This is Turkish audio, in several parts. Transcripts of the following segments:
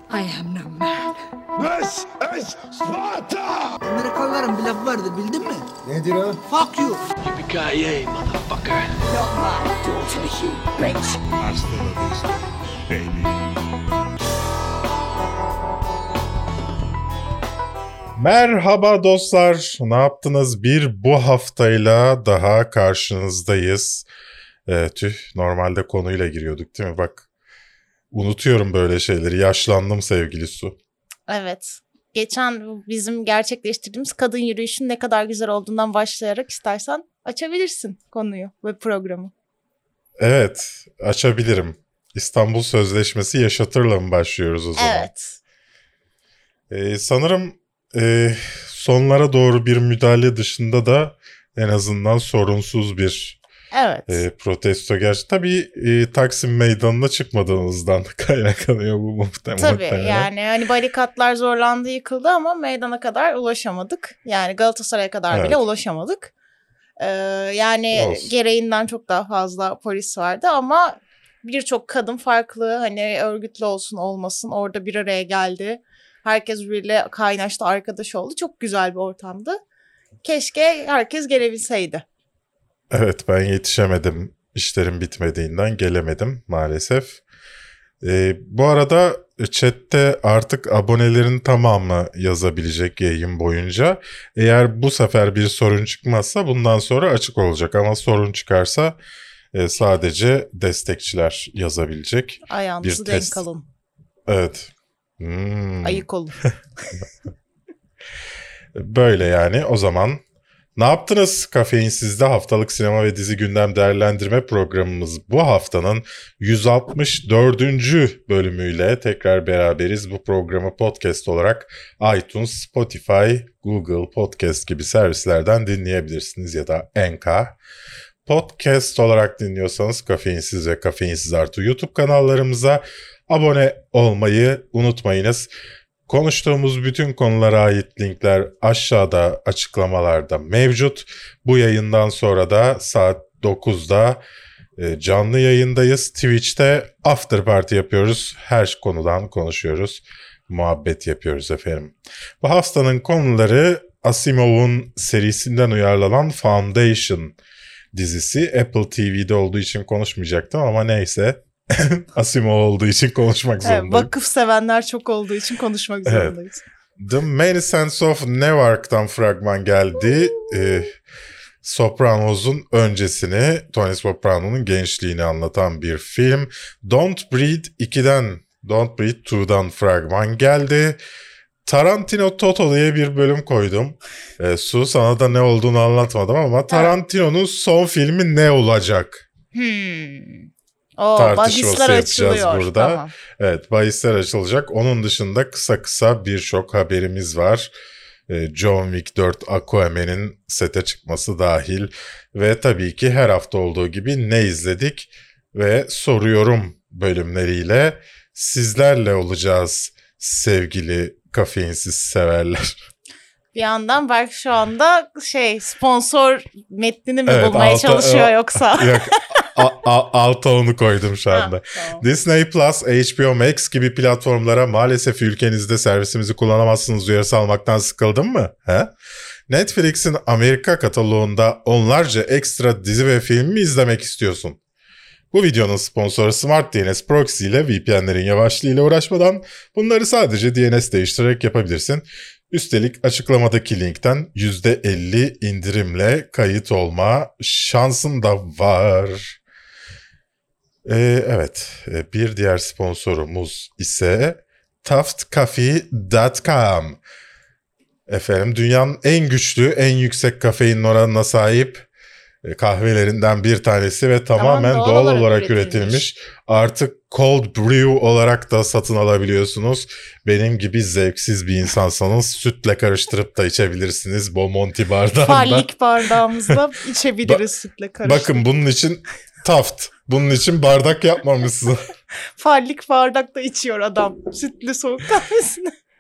I am no man. This is Sparta! Amerikalıların bir lafı vardı, bildin mi? Nedir o? Fuck you. Yippee-ki-yay, motherfucker! Not my daughter, you bitch. Hasta la vista, baby. Merhaba dostlar, ne yaptınız? Bu haftayla daha karşınızdayız. Normalde konuyla giriyorduk değil mi? Bak, unutuyorum böyle şeyleri. Yaşlandım sevgili Su. Evet. Geçen bizim gerçekleştirdiğimiz kadın yürüyüşün ne kadar güzel olduğundan başlayarak istersen açabilirsin konuyu ve programı. Evet, açabilirim. İstanbul Sözleşmesi yaşatırla mı başlıyoruz o zaman? Evet. Sanırım sonlara doğru bir müdahale dışında da en azından sorunsuz bir Evet. protesto gerçi. Tabii Taksim Meydanı'na çıkmadığınızdan kaynaklanıyor bu muhtemelen. Tabii yani hani barikatlar zorlandı, yıkıldı ama meydana kadar ulaşamadık. Yani Galatasaray'a kadar bile ulaşamadık. Yani Olsun. gereğinden çok daha fazla polis vardı ama birçok kadın farklı, hani örgütlü olsun olmasın orada bir araya geldi. Herkes birbiriyle kaynaştı, arkadaş oldu. Çok güzel bir ortamdı. Keşke herkes gelebilseydi. Evet, ben yetişemedim. İşlerim bitmediğinden gelemedim maalesef. Bu arada chatte artık abonelerin tamamı yazabilecek yayın boyunca. Eğer bu sefer bir sorun çıkmazsa bundan sonra açık olacak. Ama sorun çıkarsa sadece destekçiler yazabilecek. Ayağınızı Bir denk test. alın. Evet. Ayık olun. Böyle yani. O zaman ne yaptınız? Kafeinsiz'de haftalık sinema ve dizi gündem değerlendirme programımız bu haftanın 164. bölümüyle tekrar beraberiz. Bu programı podcast olarak iTunes, Spotify, Google Podcast gibi servislerden dinleyebilirsiniz ya da Anchor. Podcast olarak dinliyorsanız Kafeinsiz ve Kafeinsiz Artı YouTube kanallarımıza abone olmayı unutmayınız. Konuştuğumuz bütün konulara ait linkler aşağıda açıklamalarda mevcut. Bu yayından sonra da saat 9'da canlı yayındayız. Twitch'te after party yapıyoruz. Her konudan konuşuyoruz. Muhabbet yapıyoruz efendim. Bu haftanın konuları Asimov'un serisinden uyarlanan Foundation dizisi. Apple TV'de olduğu için konuşmayacaktım ama neyse. Asimov olduğu için konuşmak zorundayım. Evet, vakıf sevenler çok olduğu için konuşmak zorundayız. The Many Sense of Newark'tan fragman geldi. Sopranos'un öncesini, Tony Soprano'nun gençliğini anlatan bir film. Don't Breathe 2'den fragman geldi. Tarantino Toto diye bir bölüm koydum. Su, sana da ne olduğunu anlatmadım ama Tarantino'nun son filmi ne olacak? Tartışması Bahisler yapacağız açılıyor. burada. Tamam. Evet, bahisler açılacak. Onun dışında kısa birçok haberimiz var. John Wick 4 Aquaman'in sete çıkması dahil. Ve tabii ki her hafta olduğu gibi ne izledik ve soruyorum bölümleriyle sizlerle olacağız sevgili kafeinsiz severler. Bir yandan belki şu anda sponsor metnini mi Evet, bulmaya çalışıyor yoksa? Yok, alta onu koydum şu anda. Tamam. Disney Plus, HBO Max gibi platformlara maalesef ülkenizde servisimizi kullanamazsınız uyarısı almaktan sıkıldın mı? He? Netflix'in Amerika kataloğunda onlarca ekstra dizi ve film mi izlemek istiyorsun? Bu videonun sponsoru Smart DNS Proxy ile VPN'lerin yavaşlığıyla uğraşmadan bunları sadece DNS değiştirerek yapabilirsin. Üstelik açıklamadaki linkten %50 indirimle kayıt olma şansın da var. Evet, bir diğer sponsorumuz ise taftcafe.com. Efendim, dünyanın en güçlü, en yüksek kafein oranına sahip kahvelerinden bir tanesi ve tamamen doğal olarak üretilmiş. Artık cold brew olarak da satın alabiliyorsunuz. Benim gibi zevksiz bir insansanız sütle karıştırıp da içebilirsiniz Bomonti bardağında. Fallik bardağımızda içebiliriz sütle karıştırıp. Bakın bunun için Taft. Bunun için bardak yapmamışsın. Fallik bardakta içiyor adam sütlü soğuk kahvesini.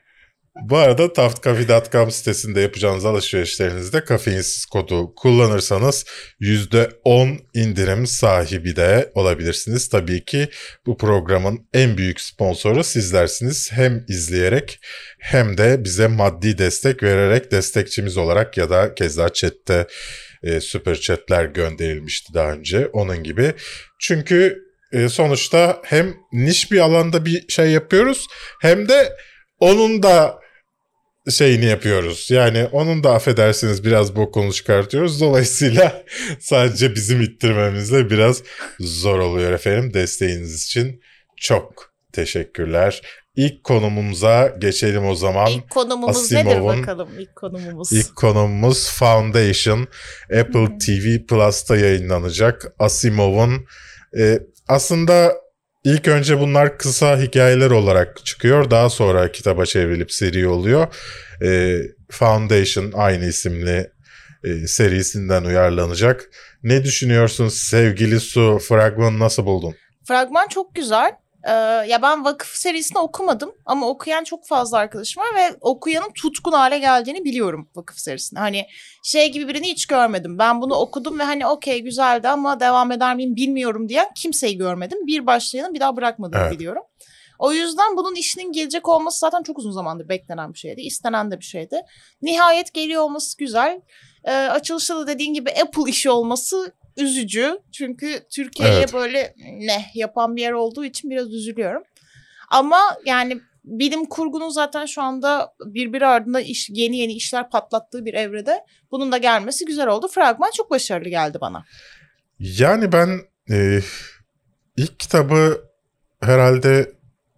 Bu arada taftcafe.com sitesinde yapacağınız alışverişlerinizde kafeinsiz kodu kullanırsanız %10 indirim sahibi de olabilirsiniz. Tabii ki bu programın en büyük sponsoru sizlersiniz. Hem izleyerek hem de bize maddi destek vererek destekçimiz olarak ya da keza chatte süper chatler gönderilmişti daha önce onun gibi. Çünkü sonuçta hem niş bir alanda bir şey yapıyoruz hem de onun da şeyini yapıyoruz. Yani onun da affedersiniz biraz bokunu çıkartıyoruz. Dolayısıyla sadece bizim ittirmemizle biraz zor oluyor efendim. Desteğiniz için çok teşekkürler. İlk konumumuza geçelim o zaman. İlk konumumuz nedir bakalım? İlk konumuz Foundation. Apple TV Plus'ta yayınlanacak. Asimov'un aslında ilk önce bunlar kısa hikayeler olarak çıkıyor. Daha sonra kitaba çevrilip seri oluyor. Foundation aynı isimli serisinden uyarlanacak. Ne düşünüyorsun sevgili Su? Fragmanı nasıl buldun? Fragman çok güzel. Ya ben Vakıf serisini okumadım ama okuyan çok fazla arkadaşım var ve okuyanın tutkun hale geldiğini biliyorum Vakıf serisine. Hani şey gibi birini hiç görmedim. Ben bunu okudum ve hani okey güzeldi ama devam eder miyim bilmiyorum diyen kimseyi görmedim. Bir başlayanın bir daha bırakmadığını biliyorum. O yüzden bunun işinin gelecek olması zaten çok uzun zamandır beklenen bir şeydi. İstenen de bir şeydi. Nihayet geliyor olması güzel. Açılışta da dediğin gibi Apple işi olması üzücü. Çünkü Türkiye'ye böyle yapan bir yer olduğu için biraz üzülüyorum. Ama yani bilim kurgunun zaten şu anda birbiri ardında yeni işler patlattığı bir evrede bunun da gelmesi güzel oldu. Fragman çok başarılı geldi bana. Yani ben ilk kitabı herhalde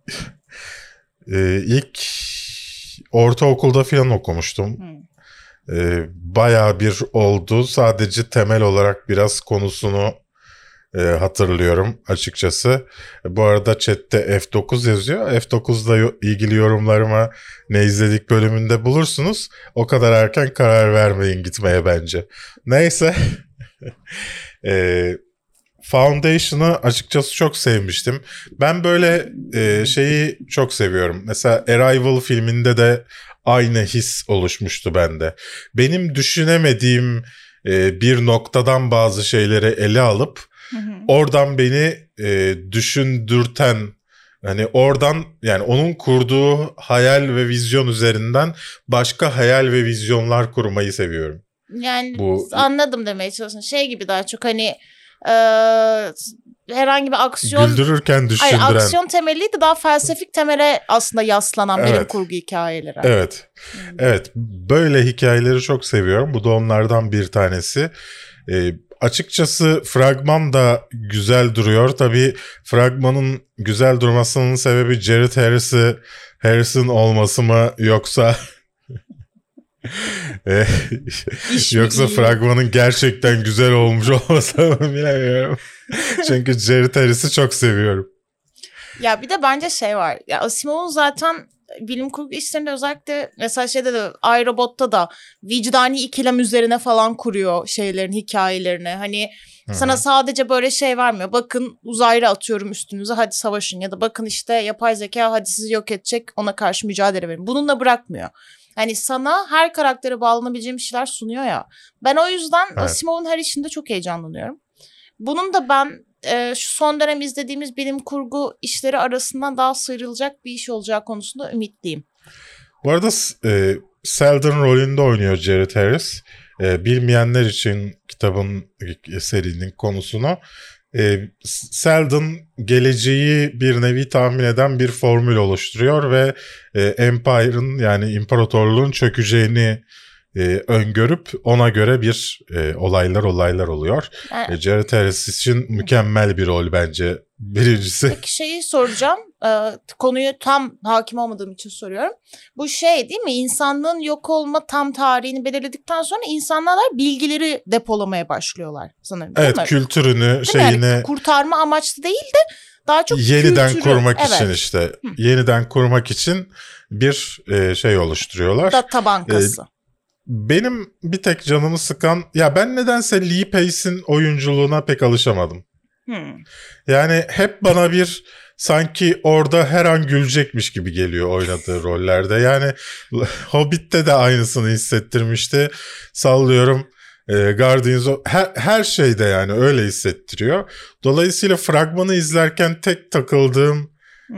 ilk ortaokulda falan okumuştum. Bayağı bir oldu. Sadece temel olarak biraz konusunu hatırlıyorum açıkçası. Bu arada chatte F9 yazıyor. F9'la ilgili yorumlarıma ne izledik bölümünde bulursunuz. O kadar erken karar vermeyin gitmeye bence. Neyse. Foundation'ı açıkçası çok sevmiştim. Ben böyle şeyi çok seviyorum. Mesela Arrival filminde de aynı his oluşmuştu bende. Benim düşünemediğim bir noktadan bazı şeyleri ele alıp oradan beni düşündürten, hani oradan yani onun kurduğu hayal ve vizyon üzerinden başka hayal ve vizyonlar kurmayı seviyorum. Yani anladım demeye çalışın. Şey gibi daha çok hani herhangi bir aksiyon güldürürken düşündüren. Hayır, aksiyon temelliydi, daha felsefik temele aslında yaslanan bilim kurgu hikayeleri. Evet. Evet, böyle hikayeleri çok seviyorum. Bu da onlardan bir tanesi. Açıkçası fragman da güzel duruyor. Tabii fragmanın güzel durmasının sebebi Jared Harris'in olması mı yoksa yoksa fragmanın gerçekten güzel olmuş olması mı bilemiyorum. Çünkü Jared Harris'i çok seviyorum. Ya bir de bence şey var. Ya Asimov'un zaten bilim kurgu işlerinde özellikle mesela şeyde de iRobot'ta da vicdani ikilem üzerine falan kuruyor şeylerin hikayelerini. Hani sana sadece böyle şey vermiyor. Bakın uzaylı atıyorum üstünüze, hadi savaşın, ya da bakın işte yapay zeka hadi sizi yok edecek, ona karşı mücadele verin. Bununla bırakmıyor. Hani sana her karaktere bağlanabileceğim şeyler sunuyor ya. Ben o yüzden Asimov'un her işinde çok heyecanlanıyorum. Bunun da ben şu son dönem izlediğimiz bilim kurgu işleri arasından daha sıyrılacak bir iş olacağı konusunda ümitliyim. Bu arada Seldon rolünde oynuyor Jared Harris. Bilmeyenler için kitabın, serinin konusunu. Seldon geleceği bir nevi tahmin eden bir formül oluşturuyor ve Empire'ın, yani imparatorluğun çökeceğini öngörüp ona göre bir olaylar oluyor. Jared Harris için mükemmel bir rol bence birincisi. Peki şeyi soracağım. Konuyu tam hakim olmadığım için soruyorum. Bu şey değil mi? İnsanlığın yok olma tam tarihini belirledikten sonra insanlar bilgileri depolamaya başlıyorlar sanırım. Evet, kültürünü, şeyini. Yani kurtarma amaçlı değil de daha çok yeniden kültürü kurmak için işte. Yeniden kurmak için bir şey oluşturuyorlar. Data bankası. Benim bir tek canımı sıkan, ya ben nedense Lee Pace'in oyunculuğuna pek alışamadım. Yani hep bana bir sanki orada her an gülecekmiş gibi geliyor oynadığı rollerde. Yani Hobbit'te de aynısını hissettirmişti. Sallıyorum Guardians of... her şeyde yani öyle hissettiriyor. Dolayısıyla fragmanı izlerken tek takıldığım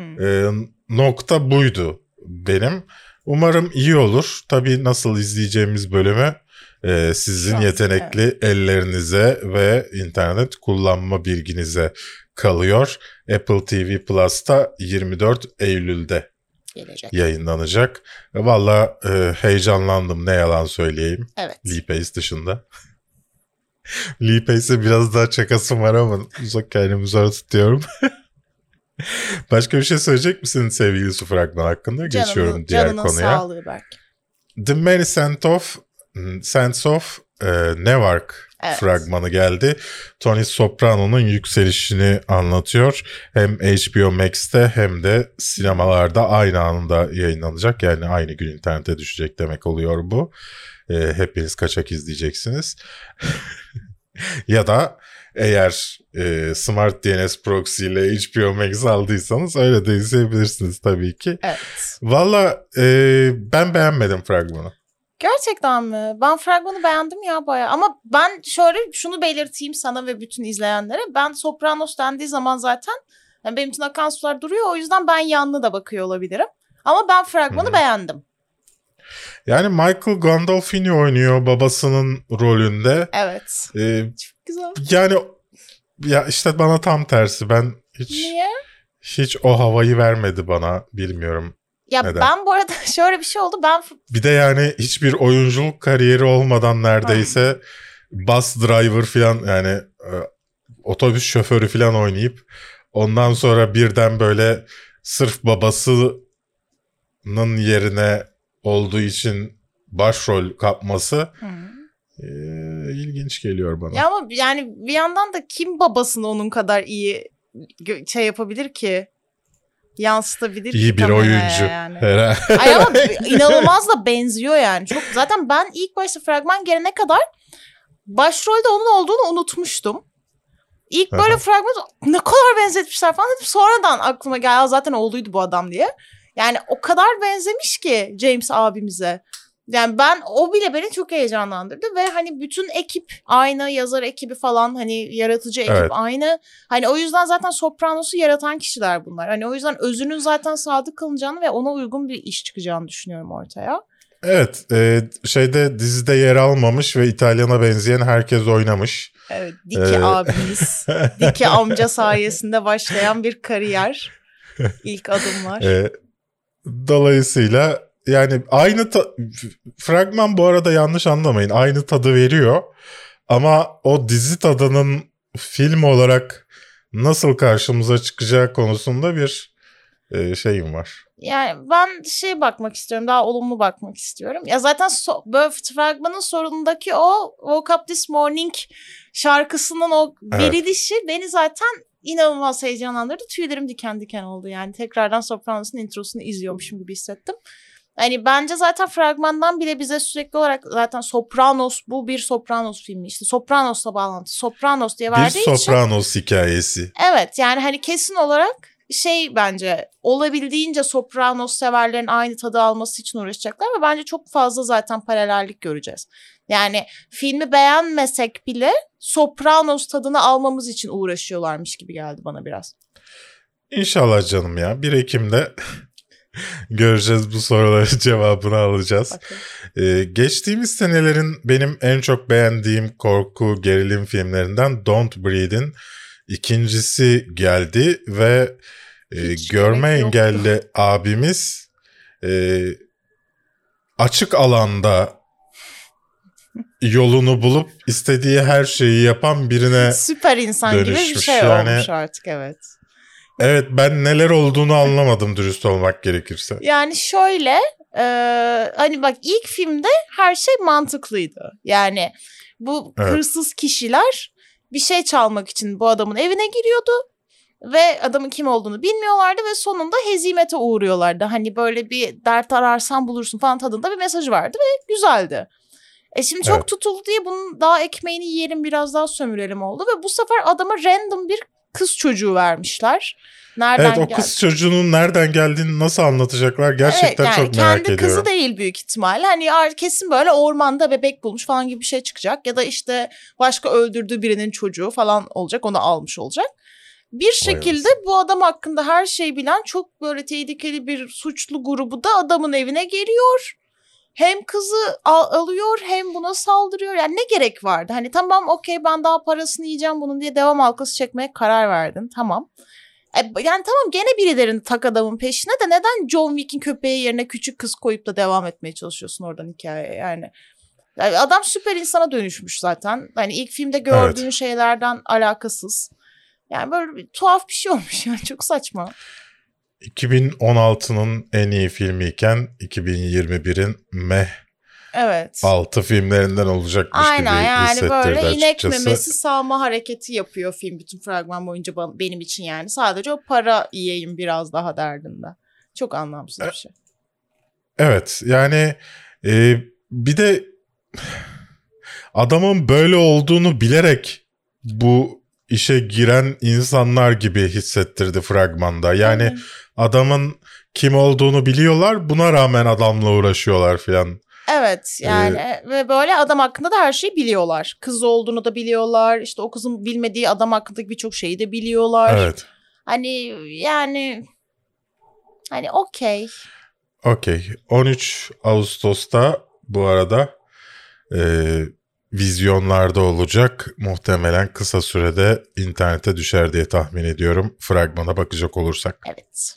nokta buydu benim. Umarım iyi olur. Tabii nasıl izleyeceğimiz bölümü sizin yetenekli ellerinize ve internet kullanma bilginize kalıyor. Apple TV Plus'ta 24 Eylül'de yayınlanacak. Valla heyecanlandım, ne yalan söyleyeyim. Evet. Lee Pace dışında. Lee Pace'e biraz daha çakasım var ama kendimi zor tutuyorum. Başka bir şey söyleyecek misin sevgili su fragman hakkında? Geçiyorum diğer konuya. Canının sağlığı belki. The Many Sense of Newark fragmanı geldi. Tony Soprano'nun yükselişini anlatıyor. Hem HBO Max'te hem de sinemalarda aynı anda yayınlanacak. Yani aynı gün internete düşecek demek oluyor bu. Hepiniz kaçak izleyeceksiniz. Ya da eğer Smart DNS Proxy ile HBO Max aldıysanız öyle de izleyebilirsiniz tabii ki. Evet. Valla ben beğenmedim fragmanı. Gerçekten mi? Ben fragmanı beğendim ya bayağı. Ama ben şöyle şunu belirteyim sana ve bütün izleyenlere. Ben Sopranos dendiği zaman zaten yani benim için akan sular duruyor. O yüzden ben yanlı da bakıyor olabilirim. Ama ben fragmanı beğendim. Yani Michael Gandolfini oynuyor babasının rolünde. Evet. Çok güzel. Yani ya işte bana tam tersi. Ben Niye? Hiç o havayı vermedi bana. Bilmiyorum. Ya neden? Ben bu arada şöyle bir şey oldu. Bir de yani hiçbir oyunculuk kariyeri olmadan neredeyse bus driver falan yani otobüs şoförü falan oynayıp ondan sonra birden böyle sırf babasının yerine olduğu için başrol kapması ilginç geliyor bana. Ya ama yani bir yandan da kim babasını onun kadar iyi şey yapabilir ki? Yansıtabilir ki? İyi bir oyuncu. Yani. Ay ama inanılmaz da benziyor yani. Çok zaten ben ilk başta fragman gelene kadar başrolde onun olduğunu unutmuştum. İlk böyle fragman ne kadar benzetmişler falan dedim. Sonradan aklıma geldi zaten oğluydu bu adam diye. Yani o kadar benzemiş ki James abimize. Yani o bile beni çok heyecanlandırdı ve hani bütün ekip aynı, yazar ekibi falan hani yaratıcı ekip aynı. Hani o yüzden zaten Sopranos'u yaratan kişiler bunlar. Hani o yüzden özünün zaten sadık kalınacağını ve ona uygun bir iş çıkacağını düşünüyorum ortaya. Evet, dizide yer almamış ve İtalyan'a benzeyen herkes oynamış. Evet, Diki abimiz, Diki amca sayesinde başlayan bir kariyer, ilk adımlar. Dolayısıyla yani aynı fragman bu arada yanlış anlamayın aynı tadı veriyor ama o dizi tadının film olarak nasıl karşımıza çıkacağı konusunda bir şeyim var. Yani ben bakmak istiyorum, daha olumlu bakmak istiyorum. Ya zaten böyle fragmanın sonundaki o Woke Up This Morning şarkısının o verilişi beni zaten inanılmaz heyecanlandırdı. Tüylerim diken diken oldu yani. Tekrardan Sopranos'un introsunu izliyormuşum gibi hissettim. Hani bence zaten fragmandan bile bize sürekli olarak zaten Sopranos, bu bir Sopranos filmi. İşte Sopranos'la bağlantı. Sopranos diye verdiği için. Bir Sopranos hikayesi. Evet yani hani kesin olarak bence olabildiğince Sopranos severlerin aynı tadı alması için uğraşacaklar ve bence çok fazla zaten paralellik göreceğiz. Yani filmi beğenmesek bile Sopranos tadını almamız için uğraşıyorlarmış gibi geldi bana biraz. İnşallah canım ya. 1 Ekim'de göreceğiz, bu soruların cevabını alacağız. Geçtiğimiz senelerin benim en çok beğendiğim korku gerilim filmlerinden Don't Breathe'in ikincisi geldi ve görme engelli abimiz açık alanda yolunu bulup istediği her şeyi yapan birine süper insan gibi bir şey yani, olmuş artık evet. Evet, ben neler olduğunu anlamadım dürüst olmak gerekirse. Yani şöyle hani bak ilk filmde her şey mantıklıydı. Yani bu hırsız kişiler bir şey çalmak için bu adamın evine giriyordu. Ve adamın kim olduğunu bilmiyorlardı ve sonunda hezimete uğruyorlardı. Hani böyle bir dert ararsan bulursun falan tadında bir mesajı vardı ve güzeldi. Şimdi çok tutuldu diye bunun daha ekmeğini yiyelim biraz daha sömürelim oldu. Ve bu sefer adama random bir kız çocuğu vermişler. Nereden Evet, o geldi? kız çocuğunun nereden geldiğini nasıl anlatacaklar gerçekten Evet, yani çok merak kendi kızı ediyorum. değil büyük ihtimalle. Hani kesin böyle ormanda bebek bulmuş falan gibi bir şey çıkacak. Ya da işte başka öldürdüğü birinin çocuğu falan olacak. Onu almış olacak. Bir şekilde bu adam hakkında her şeyi bilen çok böyle tehlikeli bir suçlu grubu da adamın evine geliyor. Hem kızı alıyor hem buna saldırıyor. Yani ne gerek vardı? Hani tamam okey ben daha parasını yiyeceğim bunun diye devam halkası çekmeye karar verdin. Tamam. Yani tamam gene birilerini tak adamın peşine de neden John Wick'in köpeği yerine küçük kız koyup da devam etmeye çalışıyorsun oradan hikayeye yani. Yani adam süper insana dönüşmüş zaten. Hani ilk filmde gördüğün şeylerden alakasız. Yani böyle bir tuhaf bir şey olmuş yani çok saçma. 2016'nın en iyi filmiyken 2021'in Evet. 6 filmlerinden olacakmış Aynen, gibi yani hissettirdi böyle açıkçası. inek memesi sağma hareketi yapıyor film bütün fragman boyunca benim için yani. Sadece o para yiyeyim biraz daha derdinde. Çok anlamsız bir şey. Evet yani bir de adamın böyle olduğunu bilerek bu işe giren insanlar gibi hissettirdi fragmanda. Yani adamın kim olduğunu biliyorlar, buna rağmen adamla uğraşıyorlar filan. Evet yani ve böyle adam hakkında da her şeyi biliyorlar. Kız olduğunu da biliyorlar. İşte o kızın bilmediği adam hakkındaki birçok şeyi de biliyorlar. Evet. Hani yani hani okey. Okey. 13 Ağustos'ta bu arada vizyonlarda olacak. Muhtemelen kısa sürede internete düşer diye tahmin ediyorum. Fragmana bakacak olursak. Evet.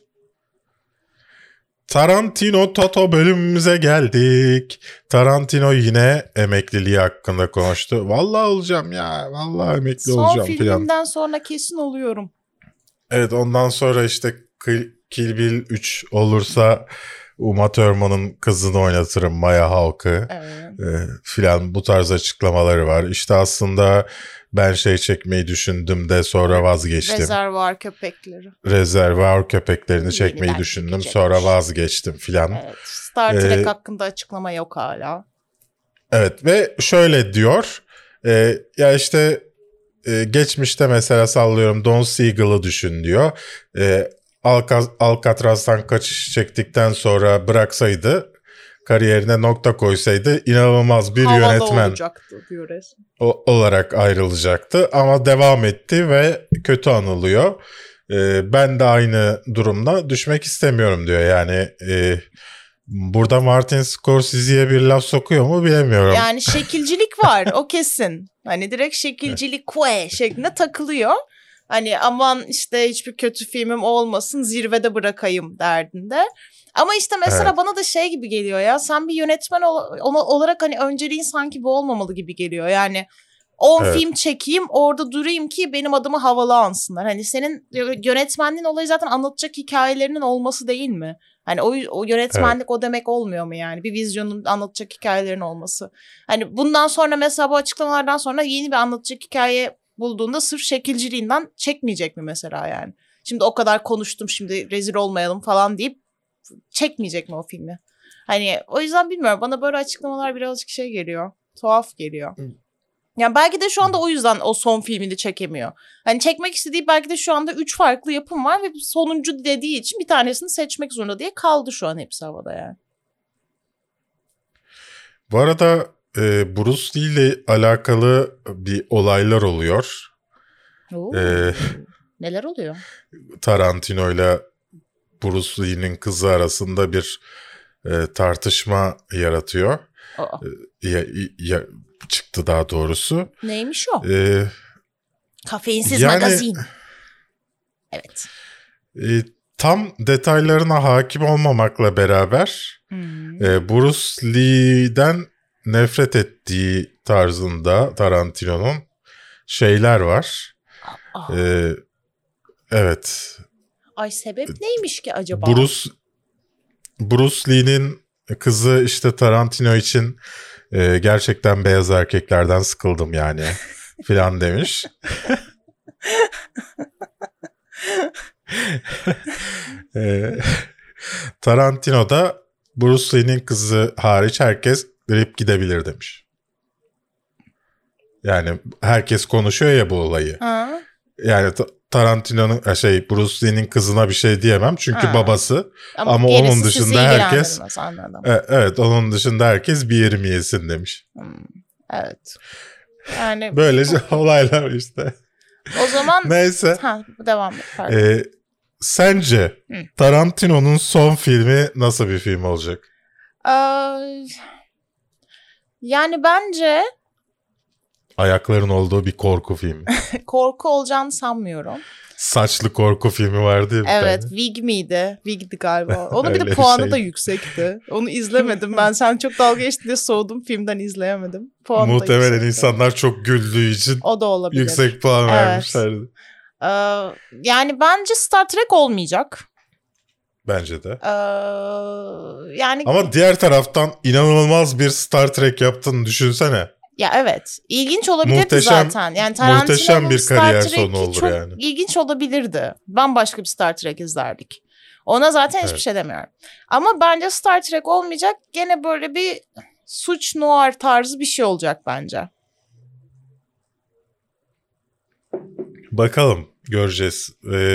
Tarantino Toto bölümümüze geldik. Tarantino yine emekliliği hakkında konuştu. Vallahi olacağım ya. Vallahi emekli Son olacağım falan. filmimden sonra kesin oluyorum. Evet, ondan sonra işte Kill Bill 3 olursa Uma Thurman'ın kızını oynatırım, Maya Hawke'ı filan, bu tarz açıklamaları var. İşte aslında ben çekmeyi düşündüm de sonra vazgeçtim. Rezervuar köpeklerini çekmeyi düşündüm, sonra vazgeçtim filan. Evet, Star Trek hakkında açıklama yok hala. Evet ve şöyle diyor. Ya işte geçmişte mesela sallıyorum Don Siegel'ı düşün diyor. Alcatraz'tan kaçış çektikten sonra bıraksaydı, kariyerine nokta koysaydı inanılmaz bir havalı yönetmen olacaktı diyor resmen. olarak ayrılacaktı. Ama devam etti ve kötü anılıyor. Ben de aynı durumda düşmek istemiyorum diyor. Yani burada Martin Scorsese'ye bir laf sokuyor mu bilemiyorum. Yani şekilcilik var o kesin. Hani direkt şekilcilik şeklinde takılıyor. Hani aman işte hiçbir kötü filmim olmasın, zirvede bırakayım derdinde. Ama işte mesela bana da şey gibi geliyor ya, sen bir yönetmen olarak hani önceliğin sanki bu olmamalı gibi geliyor. Yani 10 film çekeyim, orada durayım ki benim adımı havalı ansınlar. Hani senin yönetmenliğin olayı zaten anlatacak hikayelerinin olması değil mi? Hani o yönetmenlik o demek olmuyor mu yani? Bir vizyonun anlatacak hikayelerin olması. Hani bundan sonra mesela bu açıklamalardan sonra yeni bir anlatacak hikaye bulduğunda sırf şekilciliğinden çekmeyecek mi mesela yani? Şimdi o kadar konuştum, şimdi rezil olmayalım falan deyip çekmeyecek mi o filmi? Hani o yüzden bilmiyorum, bana böyle açıklamalar birazcık şey geliyor. Tuhaf geliyor. Yani belki de şu anda o yüzden o son filmini çekemiyor. Hani çekmek istediği belki de şu anda 3 farklı yapım var ve sonuncu dediği için bir tanesini seçmek zorunda diye kaldı şu an hepsi havada yani. Bu arada Bruce Lee ile alakalı bir olaylar oluyor. Neler oluyor? Tarantino ile Bruce Lee'nin kızı arasında bir tartışma yaratıyor. Çıktı daha doğrusu. Neymiş o? Kafeinsiz yani, magazin. Evet. Tam detaylarına hakim olmamakla beraber Bruce Lee'den nefret ettiği tarzında Tarantino'nun şeyler var. Evet. Ay sebep neymiş ki acaba? Bruce Lee'nin kızı işte Tarantino için gerçekten beyaz erkeklerden sıkıldım yani filan demiş. Tarantino da Bruce Lee'nin kızı hariç herkes verip gidebilir demiş. Yani herkes konuşuyor ya bu olayı. Ha? Yani Tarantino'nun Bruce Lee'nin kızına bir şey diyemem çünkü Ha. babası. Ama gerisi onun sizi dışında herkes ilgilendirmez, anladım. evet, onun dışında herkes bir yerimi yesin demiş. Evet. Yani Böylece olaylar işte. o zaman Neyse. devam et. Pardon. Sence Tarantino'nun son filmi nasıl bir film olacak? Yani bence Ayakların olduğu bir korku filmi. korku olacağını sanmıyorum. Saçlı korku filmi vardı ya bir Evet, tane. Wig miydi? Wig'di galiba. Onun bir Öyle de bir puanı şey. da yüksekti. Onu izlemedim ben. Sen çok dalga geçtin diye soğudum, filmden izleyemedim. Puanı da Muhtemelen yüksekti. insanlar çok güldüğü için O da olabilir. yüksek puan Evet. vermişlerdi. Yani bence Star Trek olmayacak. Bence de. Yani Ama diğer taraftan inanılmaz bir Star Trek yaptığını düşünsene. ya evet, ilginç olabilirdi Muhteşem- zaten. Yani muhteşem bir Star kariyer Trek'i sonu olur çok yani. ilginç olabilirdi. Bambaşka bir Star Trek izlerdik. Ona zaten hiçbir Evet. şey demiyorum. Ama bence Star Trek olmayacak. Gene böyle bir suç noir tarzı bir şey olacak bence. Bakalım, göreceğiz.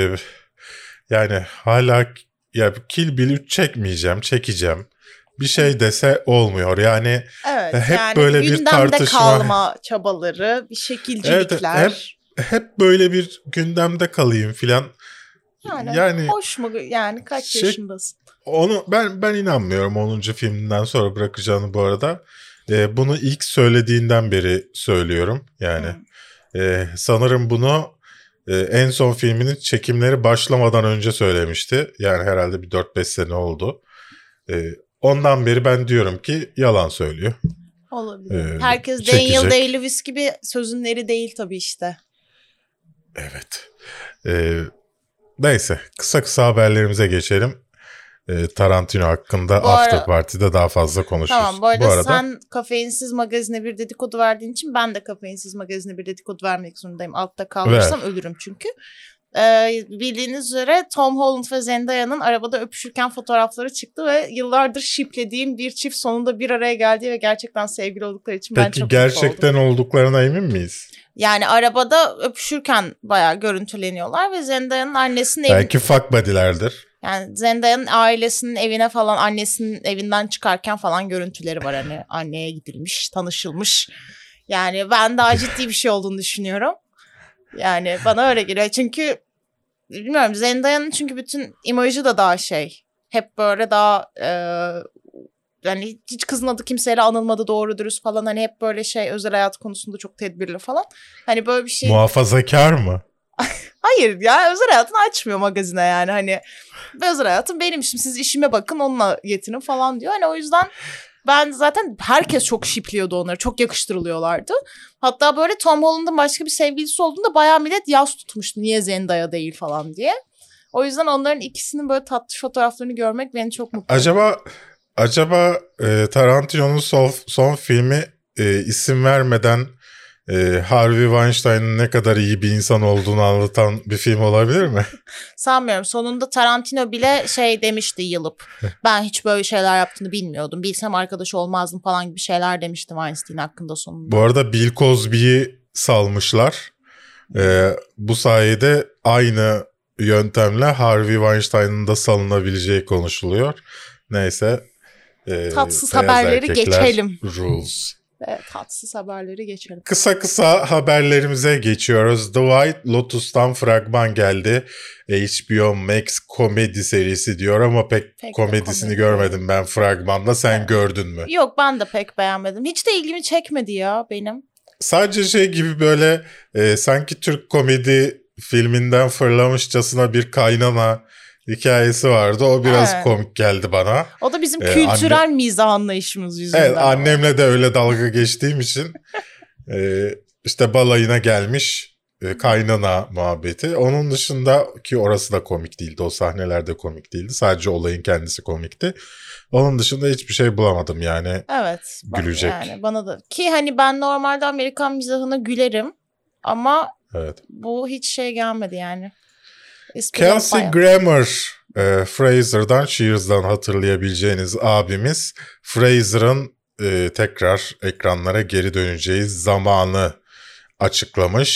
Yani hala Kill Bill 3 çekeceğim. Bir şey dese olmuyor. Yani Evet. hep yani böyle bir gündemde tartışma. kalma çabaları, bir şekilcilikler. Evet, hep böyle bir gündemde kalayım filan. Yani hoş mu? Yani kaç yaşındasın? Onu ben inanmıyorum 10. filminden sonra bırakacağını bu arada. Bunu ilk söylediğinden beri söylüyorum. Yani sanırım bunu en son filminin çekimleri başlamadan önce söylemişti. Yani herhalde bir 4-5 sene oldu. Ondan beri ben diyorum ki yalan söylüyor. Olabilir. Herkes çekecek. Daniel Day-Lewis gibi sözün eri değil tabii işte. Evet. Neyse, kısa haberlerimize geçelim. Tarantino hakkında After Party'de daha fazla konuşuruz. Tamam, bu arada sen Kafeinsiz Magazin'e bir dedikodu verdiğin için ben de Kafeinsiz Magazin'e bir dedikodu vermek zorundayım. Altta kalmışsam ölürüm çünkü. Bildiğiniz üzere Tom Holland ve Zendaya'nın arabada öpüşürken fotoğrafları çıktı ve yıllardır shiplediğim bir çift sonunda bir araya geldi ve gerçekten sevgili oldukları için ben çok mutlu oldum. Peki gerçekten olduklarına emin miyiz? Yani arabada öpüşürken bayağı görüntüleniyorlar ve Zendaya'nın annesinin belki fuck buddy'lerdir. Yani Zendaya'nın ailesinin evine falan, annesinin evinden çıkarken falan görüntüleri var. Hani anneye gidilmiş, tanışılmış. Yani ben daha ciddi bir şey olduğunu düşünüyorum. Yani bana öyle geliyor. Çünkü bilmiyorum, Zendaya'nın çünkü bütün imajı da daha hep böyle daha yani hiç kızın adı kimseyle anılmadı doğru dürüst falan. Hani hep böyle özel hayat konusunda çok tedbirli falan. Hani böyle bir şey. Muhafazakar mı? Hayır ya, özel hayatını açmıyor magazine yani, hani özel hayatım benim işim, siz işime bakın, onunla yetinin falan diyor. Hani o yüzden ben zaten herkes çok şipliyordu onları, çok yakıştırılıyorlardı. Hatta böyle Tom Holland'ın başka bir sevgilisi olduğunda bayağı millet yas tutmuştu, niye Zendaya değil falan diye. O yüzden onların ikisinin böyle tatlı fotoğraflarını görmek beni çok mutlu ediyor. Acaba Tarantino'nun son filmi isim vermeden Harvey Weinstein'ın ne kadar iyi bir insan olduğunu anlatan bir film olabilir mi? Sanmıyorum. Sonunda Tarantino bile demişti yılıp. Ben hiç böyle şeyler yaptığını bilmiyordum. Bilsem arkadaş olmazdım falan gibi şeyler demişti Weinstein hakkında sonunda. Bu arada Bill Cosby'yi salmışlar. Bu sayede aynı yöntemle Harvey Weinstein'ın da salınabileceği konuşuluyor. Neyse. Tatsız haberleri geçelim. Rules. Evet, tatsız haberleri geçelim. Kısa haberlerimize geçiyoruz. The White Lotus'tan fragman geldi. HBO Max komedi serisi diyor ama pek komedisini görmedim ben fragmanda. Sen gördün mü? Yok, ben de pek beğenmedim. Hiç de ilgimi çekmedi ya benim. Sadece gibi böyle sanki Türk komedi filminden fırlamışçasına bir kaynana hikayesi vardı. O biraz komik geldi bana. O da bizim kültürel mizah anlayışımız yüzünden. Evet, annemle de öyle dalga geçtiğim için işte balayına gelmiş kaynana muhabbeti. Onun dışında ki orası da komik değildi. O sahneler de komik değildi. Sadece olayın kendisi komikti. Onun dışında hiçbir şey bulamadım yani. Evet. Gülecek. Yani bana da. Ki hani ben normalde Amerikan mizahına gülerim ama bu hiç gelmedi yani. Kelsey Grammer, Frasier'dan, Cheers'dan hatırlayabileceğiniz abimiz, Frasier'ın tekrar ekranlara geri döneceği zamanı açıklamış.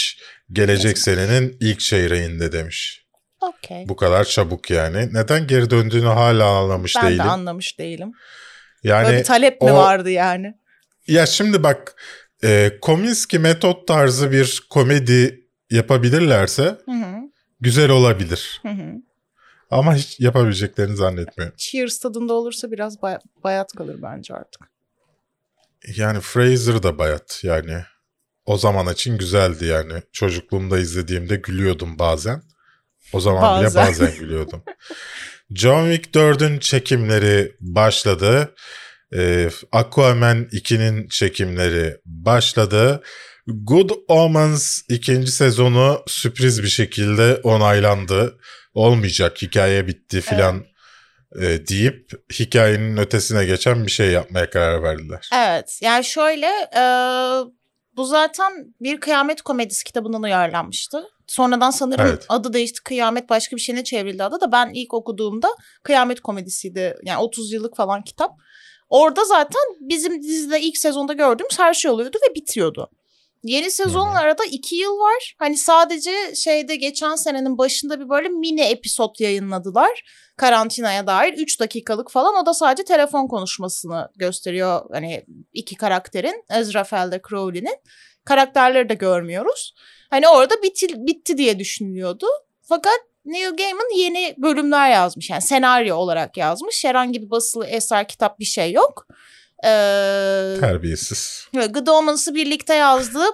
Gelecek senenin ilk çeyreğinde demiş. Okey. Bu kadar çabuk yani. Neden geri döndüğünü hala anlamış Ben değilim. de anlamış değilim. Yani böyle bir talep mi vardı yani? Ya şimdi bak, Kominsky metot tarzı bir komedi yapabilirlerse Hı-hı. güzel olabilir. Hı-hı. Ama hiç yapabileceklerini zannetmiyorum. Cheers tadında olursa biraz bayat kalır bence artık. Yani Fraser da bayat yani. O zaman için güzeldi yani. Çocukluğumda izlediğimde gülüyordum bazen. O zaman bile bazen gülüyordum. John Wick 4'ün çekimleri başladı. Aquaman 2'nin çekimleri başladı. Good Omens 2. sezonu sürpriz bir şekilde onaylandı. Olmayacak, hikaye bitti filan deyip hikayenin ötesine geçen bir şey yapmaya karar verdiler. Evet, yani şöyle bu zaten bir kıyamet komedisi kitabından uyarlanmıştı. Sonradan sanırım adı değişti, Kıyamet başka bir şeyine çevrildi adı da, ben ilk okuduğumda kıyamet komedisiydi. Yani 30 yıllık falan kitap. Orada zaten bizim dizide ilk sezonda gördüğümüz her şey oluyordu ve bitiyordu. Yeni sezonun arada 2 yıl var. Hani sadece geçen senenin başında bir böyle mini episod yayınladılar. Karantinaya dair 3 dakikalık falan. O da sadece telefon konuşmasını gösteriyor. Hani iki karakterin, Azrael de Crowley'nin. Karakterleri de görmüyoruz. Hani orada bitti diye düşünülüyordu. Fakat Neil Gaiman yeni bölümler yazmış. Yani senaryo olarak yazmış. Herhangi bir basılı eser, kitap bir şey yok. Terbiyesiz. Good Omens'ı birlikte yazdığı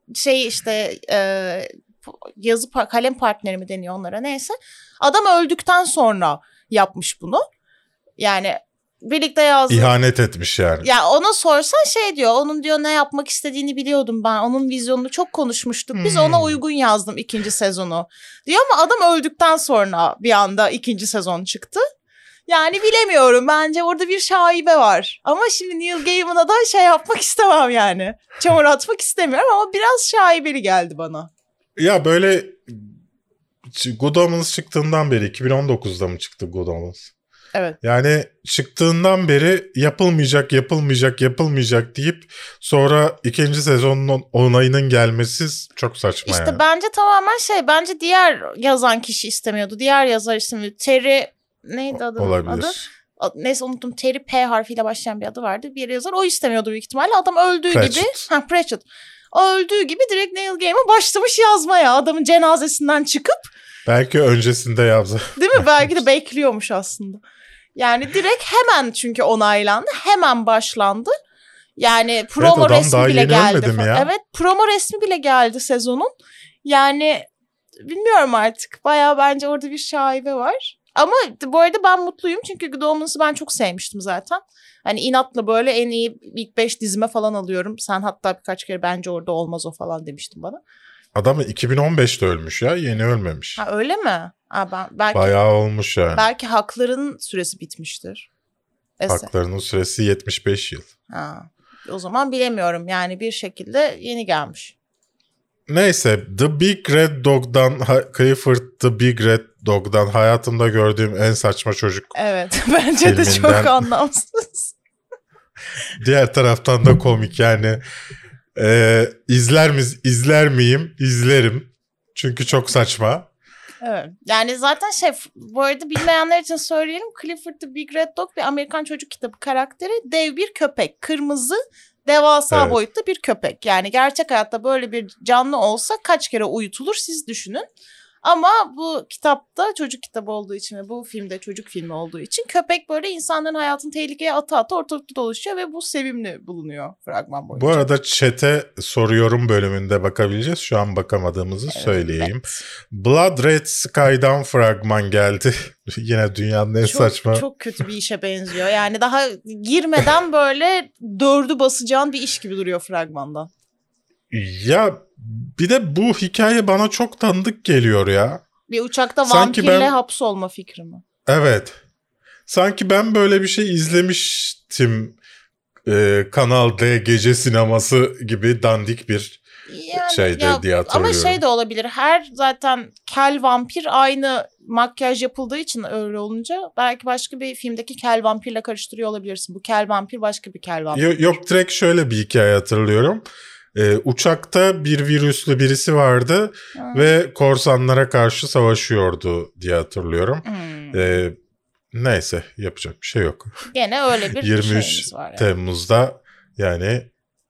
yazı kalem partneri mi deniyor onlara, neyse. Adam öldükten sonra yapmış bunu. Yani birlikte yazdı. İhanet etmiş yani. Ya ona sorsan diyor. Onun diyor ne yapmak istediğini biliyordum ben. Onun vizyonunu çok konuşmuştuk. Biz ona uygun yazdım 2. sezonu. Diyor ama adam öldükten sonra bir anda 2. sezon çıktı. Yani bilemiyorum. Bence orada bir şaibe var. Ama şimdi Neil Gaiman'a da yapmak istemem yani. Çamur atmak istemiyorum ama biraz şaibeli geldi bana. Ya böyle Good Omens çıktığından beri, 2019'da mı çıktı Good Omens? Evet. Yani çıktığından beri yapılmayacak deyip sonra 2. sezonun onayının gelmesi çok saçma yani. İşte bence tamamen bence diğer yazan kişi istemiyordu. Diğer yazar istemiyordu. Terry neydi adı? Olabilir. Neyse unuttum. Terry P harfiyle başlayan bir adı vardı. Bir yazar o istemiyordu büyük ihtimalle. Adam öldüğü gibi. Pratchett. Öldüğü gibi direkt Neil Gaiman başlamış yazmaya. Adamın cenazesinden çıkıp. Belki öncesinde yazdı. Değil mi? Belki de bekliyormuş aslında. Yani direkt hemen, çünkü onaylandı. Hemen başlandı. Yani promo resmi bile geldi. Evet, promo resmi bile geldi sezonun. Yani bilmiyorum artık. Bayağı bence orada bir şaibe var. Ama bu arada ben mutluyum çünkü Good Omens'ı ben çok sevmiştim zaten. Hani inatla böyle en iyi ilk 5 dizime falan alıyorum. Sen hatta birkaç kere bence orada olmaz o falan demiştin bana. Adam 2015'te ölmüş ya, yeni ölmemiş. Ha öyle mi? Belki, bayağı olmuş yani. Belki hakların süresi bitmiştir. Haklarının süresi 75 yıl. Ha, o zaman bilemiyorum yani, bir şekilde yeni gelmiş. Neyse, The Big Red Dog'dan, Clifford the Big Red Dog'dan hayatımda gördüğüm en saçma çocuk. Evet, bence de çok anlamsız. Diğer taraftan da komik yani. İzler miyim? İzlerim. Çünkü çok saçma. Evet. Yani zaten bu arada bilmeyenler için söyleyelim. Clifford the Big Red Dog bir Amerikan çocuk kitabı karakteri. Dev bir köpek. Kırmızı, devasa boyutta bir köpek. Yani gerçek hayatta böyle bir canlı olsa kaç kere uyutulur siz düşünün. Ama bu kitapta çocuk kitabı olduğu için ve bu filmde çocuk filmi olduğu için köpek böyle insanların hayatını tehlikeye ata ortalıkta dolaşıyor ve bu sevimli bulunuyor fragman boyunca. Bu arada chat'e soruyorum bölümünde bakabileceğiz. Şu an bakamadığımızı söyleyeyim. Evet. Blood Red Sky'dan fragman geldi. Yine dünyanın en saçma. Çok kötü bir işe benziyor. Yani daha girmeden böyle 4'ü basacağın bir iş gibi duruyor fragmandan. Ya bir de bu hikaye bana çok tanıdık geliyor ya. Bir uçakta vampirle hapsolma fikri mi? Evet. Sanki ben böyle bir şey izlemiştim. Kanal D gece sineması gibi dandik bir şeydi diye hatırlıyorum. Ama de olabilir. Her zaten kel vampir aynı makyaj yapıldığı için öyle olunca belki başka bir filmdeki kel vampirle karıştırıyor olabilirsin. Bu kel vampir başka bir kel vampir. Yok, direkt şöyle bir hikaye hatırlıyorum. Uçakta bir virüslü birisi vardı ve korsanlara karşı savaşıyordu diye hatırlıyorum. Neyse yapacak bir şey yok. Gene öyle bir 23 şeyimiz var. Yani. Temmuz'da yani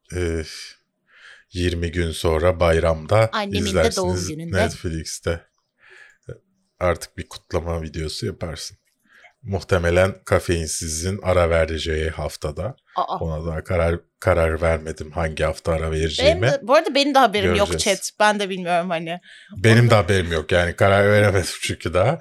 20 gün sonra bayramda Annemin de doğum izlersiniz gününde. Netflix'te. Artık bir kutlama videosu yaparsın. Muhtemelen kafeinsizin ara vereceği haftada. Ona daha karar vermedim hangi hafta ara vereceğime. Bu arada benim de haberim yok Göreceğiz. chat. Ben de bilmiyorum hani. Benim de haberim yok yani karar veremedim çünkü daha.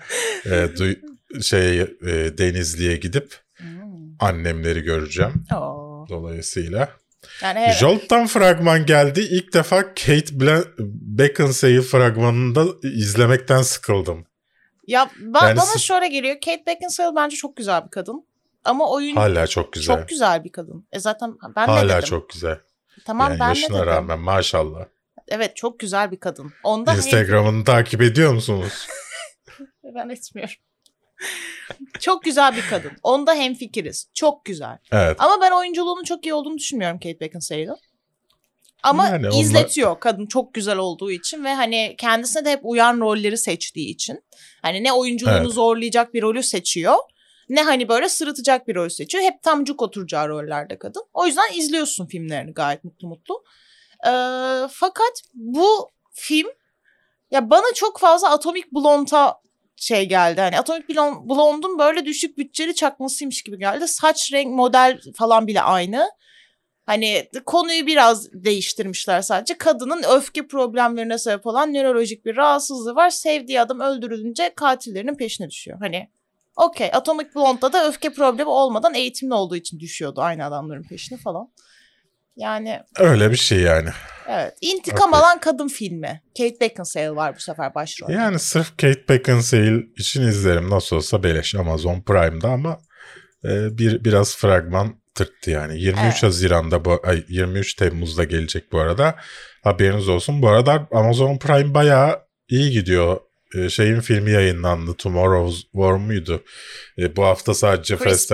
Denizli'ye gidip annemleri göreceğim. Dolayısıyla. Yani evet. Jolt'tan fragman geldi. İlk defa Kate Beckinsale fragmanında izlemekten sıkıldım. Ya bana şöyle geliyor. Kate Beckinsale bence çok güzel bir kadın. Ama oyun hala çok güzel. Çok güzel bir kadın. Zaten ben hala ne dedim? Hala çok güzel. Tamam yani ben yaşına ne dedim? rağmen maşallah. Evet çok güzel bir kadın. Onda Instagram'ını takip ediyor musunuz? Ben etmiyorum. Çok güzel bir kadın. Onda hemfikiriz. Çok güzel. Evet. Ama ben oyunculuğunun çok iyi olduğunu düşünmüyorum Kate Beckinsale'ın. Ama yani izletiyor kadın çok güzel olduğu için ve hani kendisine de hep uyan rolleri seçtiği için. Hani ne oyunculuğunu zorlayacak bir rolü seçiyor, ne hani böyle sırıtacak bir rolü seçiyor. Hep tam cuk oturacağı rollerde kadın. O yüzden izliyorsun filmlerini gayet mutlu. Fakat bu film ya bana çok fazla Atomic Blonde'a geldi. Hani Atomic Blonde'un böyle düşük bütçeli çakmasıymış gibi geldi. Saç renk model falan bile aynı. Hani konuyu biraz değiştirmişler sadece. Kadının öfke problemlerine sebep olan nörolojik bir rahatsızlığı var. Sevdiği adam öldürülünce katillerinin peşine düşüyor. Hani okey, Atomic Blonde'da da öfke problemi olmadan eğitimli olduğu için düşüyordu aynı adamların peşine falan. Yani öyle bir şey yani. Evet. İntikam alan kadın filmi. Kate Beckinsale var bu sefer başrolde. Yani sırf Kate Beckinsale için izlerim. Nasıl olsa beleş Amazon Prime'da ama biraz fragman tırttı yani. 23 Haziran'da 23 Temmuz'da gelecek bu arada. Haberiniz olsun. Bu arada Amazon Prime bayağı iyi gidiyor. Filmi yayınlandı. Tomorrow's War muydu? Bu hafta sadece Fast and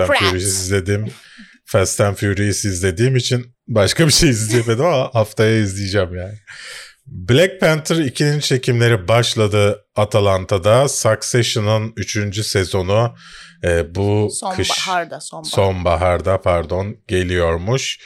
Furious izlediğim için başka bir şey izleyemedim ama haftaya izleyeceğim yani. Black Panther 2'nin çekimleri başladı Atlanta'da. Succession'ın 3. sezonu bu sonbaharda geliyormuş.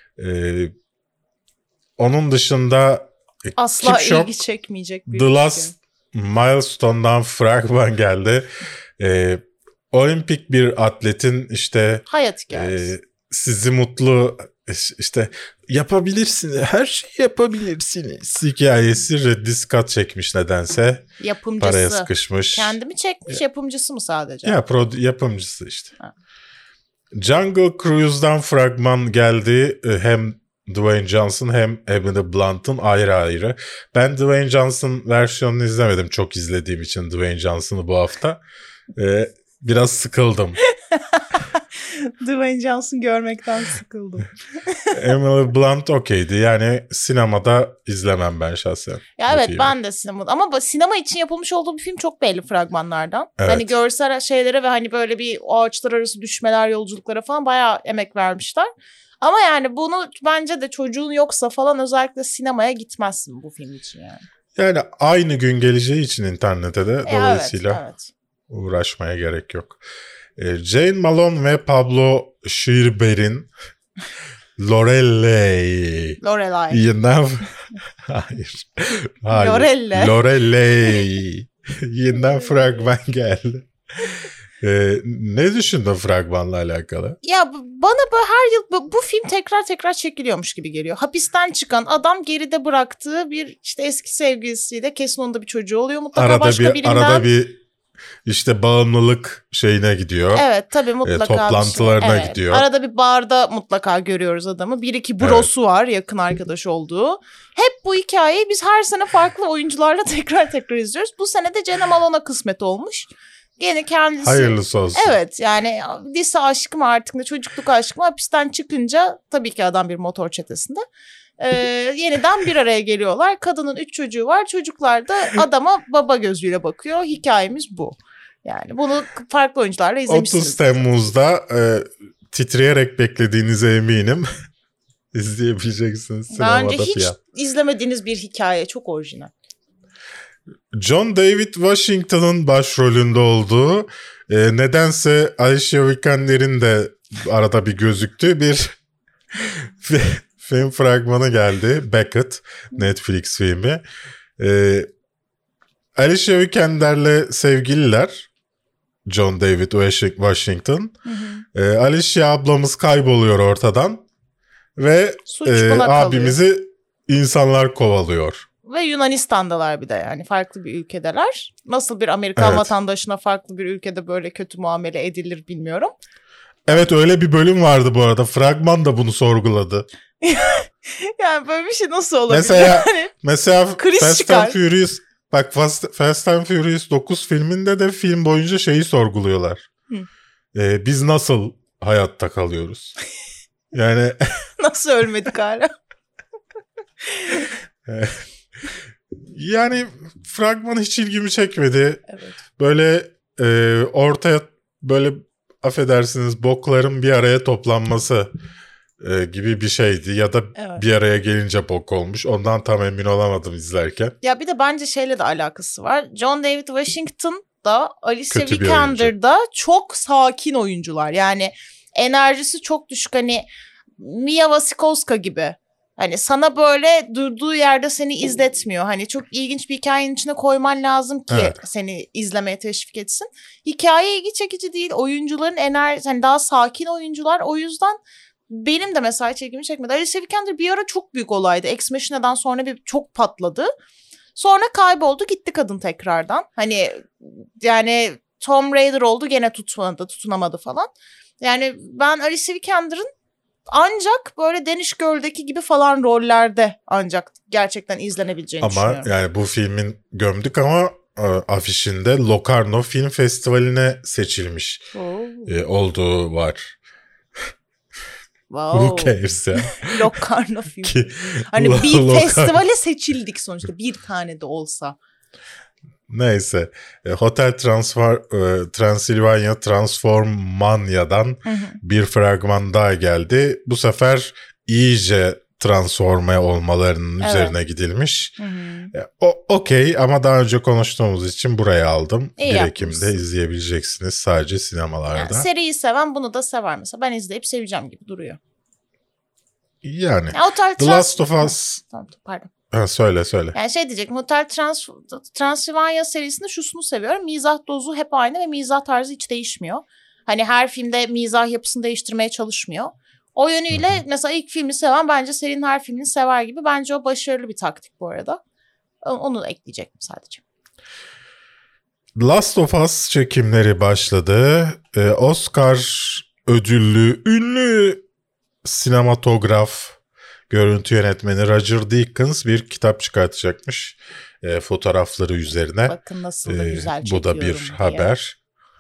Onun dışında asla ilgi çekmeyecek bir The Last Milestone'dan fragman geldi. Olimpik bir atletin işte hayat hikayesi. Sizi mutlu işte yapabilirsiniz, her şeyi yapabilirsiniz hikayesi Ridley Scott çekmiş nedense. Yapımcısı. Paraya sıkışmış. Kendi mi çekmiş, yapımcısı mı sadece? Yapımcısı işte. Ha. Jungle Cruise'dan fragman geldi. Hem Dwayne Johnson hem Emily Blunt'ın ayrı. Ben Dwayne Johnson versiyonunu izlemedim. Çok izlediğim için Dwayne Johnson'ı bu hafta. Biraz sıkıldım. Dwayne Johnson görmekten sıkıldım. Emily Blunt okeydi. Yani sinemada izlemem ben şahsen. Ya evet ben de sinemada. Ama sinema için yapılmış olduğu bir film çok belli fragmanlardan. Evet. Hani görsel şeylere ve hani böyle bir ağaçlar arası düşmeler, yolculuklara falan bayağı emek vermişler. Ama yani bunu bence de çocuğun yoksa falan özellikle sinemaya gitmezsin bu film için yani. Yani aynı gün geleceği için internete de dolayısıyla evet. Uğraşmaya gerek yok. Jane Malone ve Pablo Schreiber'in Lorelei. Hayır. Lorelei. Yeniden fragman geldi. Ne düşündün fragmanla alakalı? Ya bana böyle her yıl bu film tekrar çekiliyormuş gibi geliyor. Hapisten çıkan adam geride bıraktığı bir işte eski sevgilisiyle, kesin onda bir çocuğu oluyor mutlaka başka birinden. Arada bir işte bağımlılık şeyine gidiyor. Evet tabii mutlaka. Toplantılarına gidiyor. Arada bir barda mutlaka görüyoruz adamı. Bir iki brosu var yakın arkadaş olduğu. Hep bu hikayeyi biz her sene farklı oyuncularla tekrar izliyoruz. Bu sene de Jenna Malone'a kısmet olmuş. Gene kendisi. Hayırlısı olsun. Evet yani lise aşkı mı artık ne çocukluk aşkı mı, hapisten çıkınca tabii ki adam bir motor çetesinde. Yeniden bir araya geliyorlar. Kadının 3 çocuğu var. Çocuklar da adama baba gözüyle bakıyor. Hikayemiz bu. Yani bunu farklı oyuncularla izlemişsiniz. 30 Temmuz'da titreyerek beklediğinize eminim. İzleyebileceksiniz Daha sinemada önce hiç falan. izlemediğiniz bir hikaye. Çok orijinal. John David Washington'ın başrolünde olduğu nedense Alicia Vikander'in de arada bir gözüktüğü bir film fragmanı geldi. Beckett Netflix filmi. Alicia Vikander'le sevgililer. John David Washington. Alicia ablamız kayboluyor ortadan. Ve Suç buna kalıyor. abimizi insanlar kovalıyor. Ve Yunanistan'dalar bir de yani farklı bir ülkedeler. Nasıl bir Amerikan vatandaşına farklı bir ülkede böyle kötü muamele edilir bilmiyorum. Evet, öyle bir bölüm vardı bu arada. Fragman da bunu sorguladı. Yani böyle bir şey nasıl olabilir? Mesela Kriz Fast çıkar. and Furious, bak Fast and Furious 9 filminde de film boyunca şeyi sorguluyorlar. Biz nasıl hayatta kalıyoruz? Yani Nasıl ölmedik hala? yani fragman hiç ilgimi çekmedi. Evet. Böyle ortaya böyle affedersiniz bokların bir araya toplanması gibi bir şeydi. Ya da bir araya gelince bok olmuş. Ondan tam emin olamadım izlerken. Ya bir de bence şeyle de alakası var. John David Washington da Alicia Kötü bir Vikander da çok sakin oyuncular. Yani enerjisi çok düşük. Hani Mia Wasikowska gibi. Hani sana böyle durduğu yerde seni izletmiyor. Hani çok ilginç bir hikayenin içine koyman lazım ki seni izlemeye teşvik etsin. Hikaye ilgi çekici değil. Oyuncuların enerjisi, hani daha sakin oyuncular. O yüzden benim de mesela hiç ilgimi çekmedi. Alicia Vikander bir ara çok büyük olaydı. Ex Machina'dan sonra bir çok patladı. Sonra kayboldu gitti kadın tekrardan. Hani yani Tomb Raider oldu gene tutunamadı falan. Yani ben Alicia Vikander'ın ancak böyle Danish Girl'deki gibi falan rollerde ancak gerçekten izlenebileceğini düşünüyorum. Ama yani bu filmin gömdük ama afişinde Locarno Film Festivali'ne seçilmiş olduğu var. Wow. Who cares ya? Locarno film. Hani bir festivale seçildik sonuçta bir tane de olsa. Neyse. Hotel Transilvanya Transformania'dan bir fragman daha geldi. Bu sefer iyice transforme olmalarının üzerine gidilmiş. Okey ama daha önce konuştuğumuz için buraya aldım. 1 Ekim'de izleyebileceksiniz sadece sinemalarda. Yani seriyi seven bunu da sever mesela. Ben izleyip seveceğim gibi duruyor. Yani. The Last of Us... Tamam, pardon. Söyle. Yani şey diyecektim. Hotel Transilvanya serisinde şusunu seviyorum. Mizah dozu hep aynı ve mizah tarzı hiç değişmiyor. Hani her filmde mizah yapısını değiştirmeye çalışmıyor. O yönüyle mesela ilk filmi seven bence serinin her filmini sever gibi. Bence o başarılı bir taktik bu arada. Onu da ekleyecektim sadece. Last of Us çekimleri başladı. Oscar ödüllü ünlü sinematograf, görüntü yönetmeni Roger Deakins bir kitap çıkartacakmış fotoğrafları üzerine. Bakın nasıl da güzel çekiyorum bu da bir diye. haber.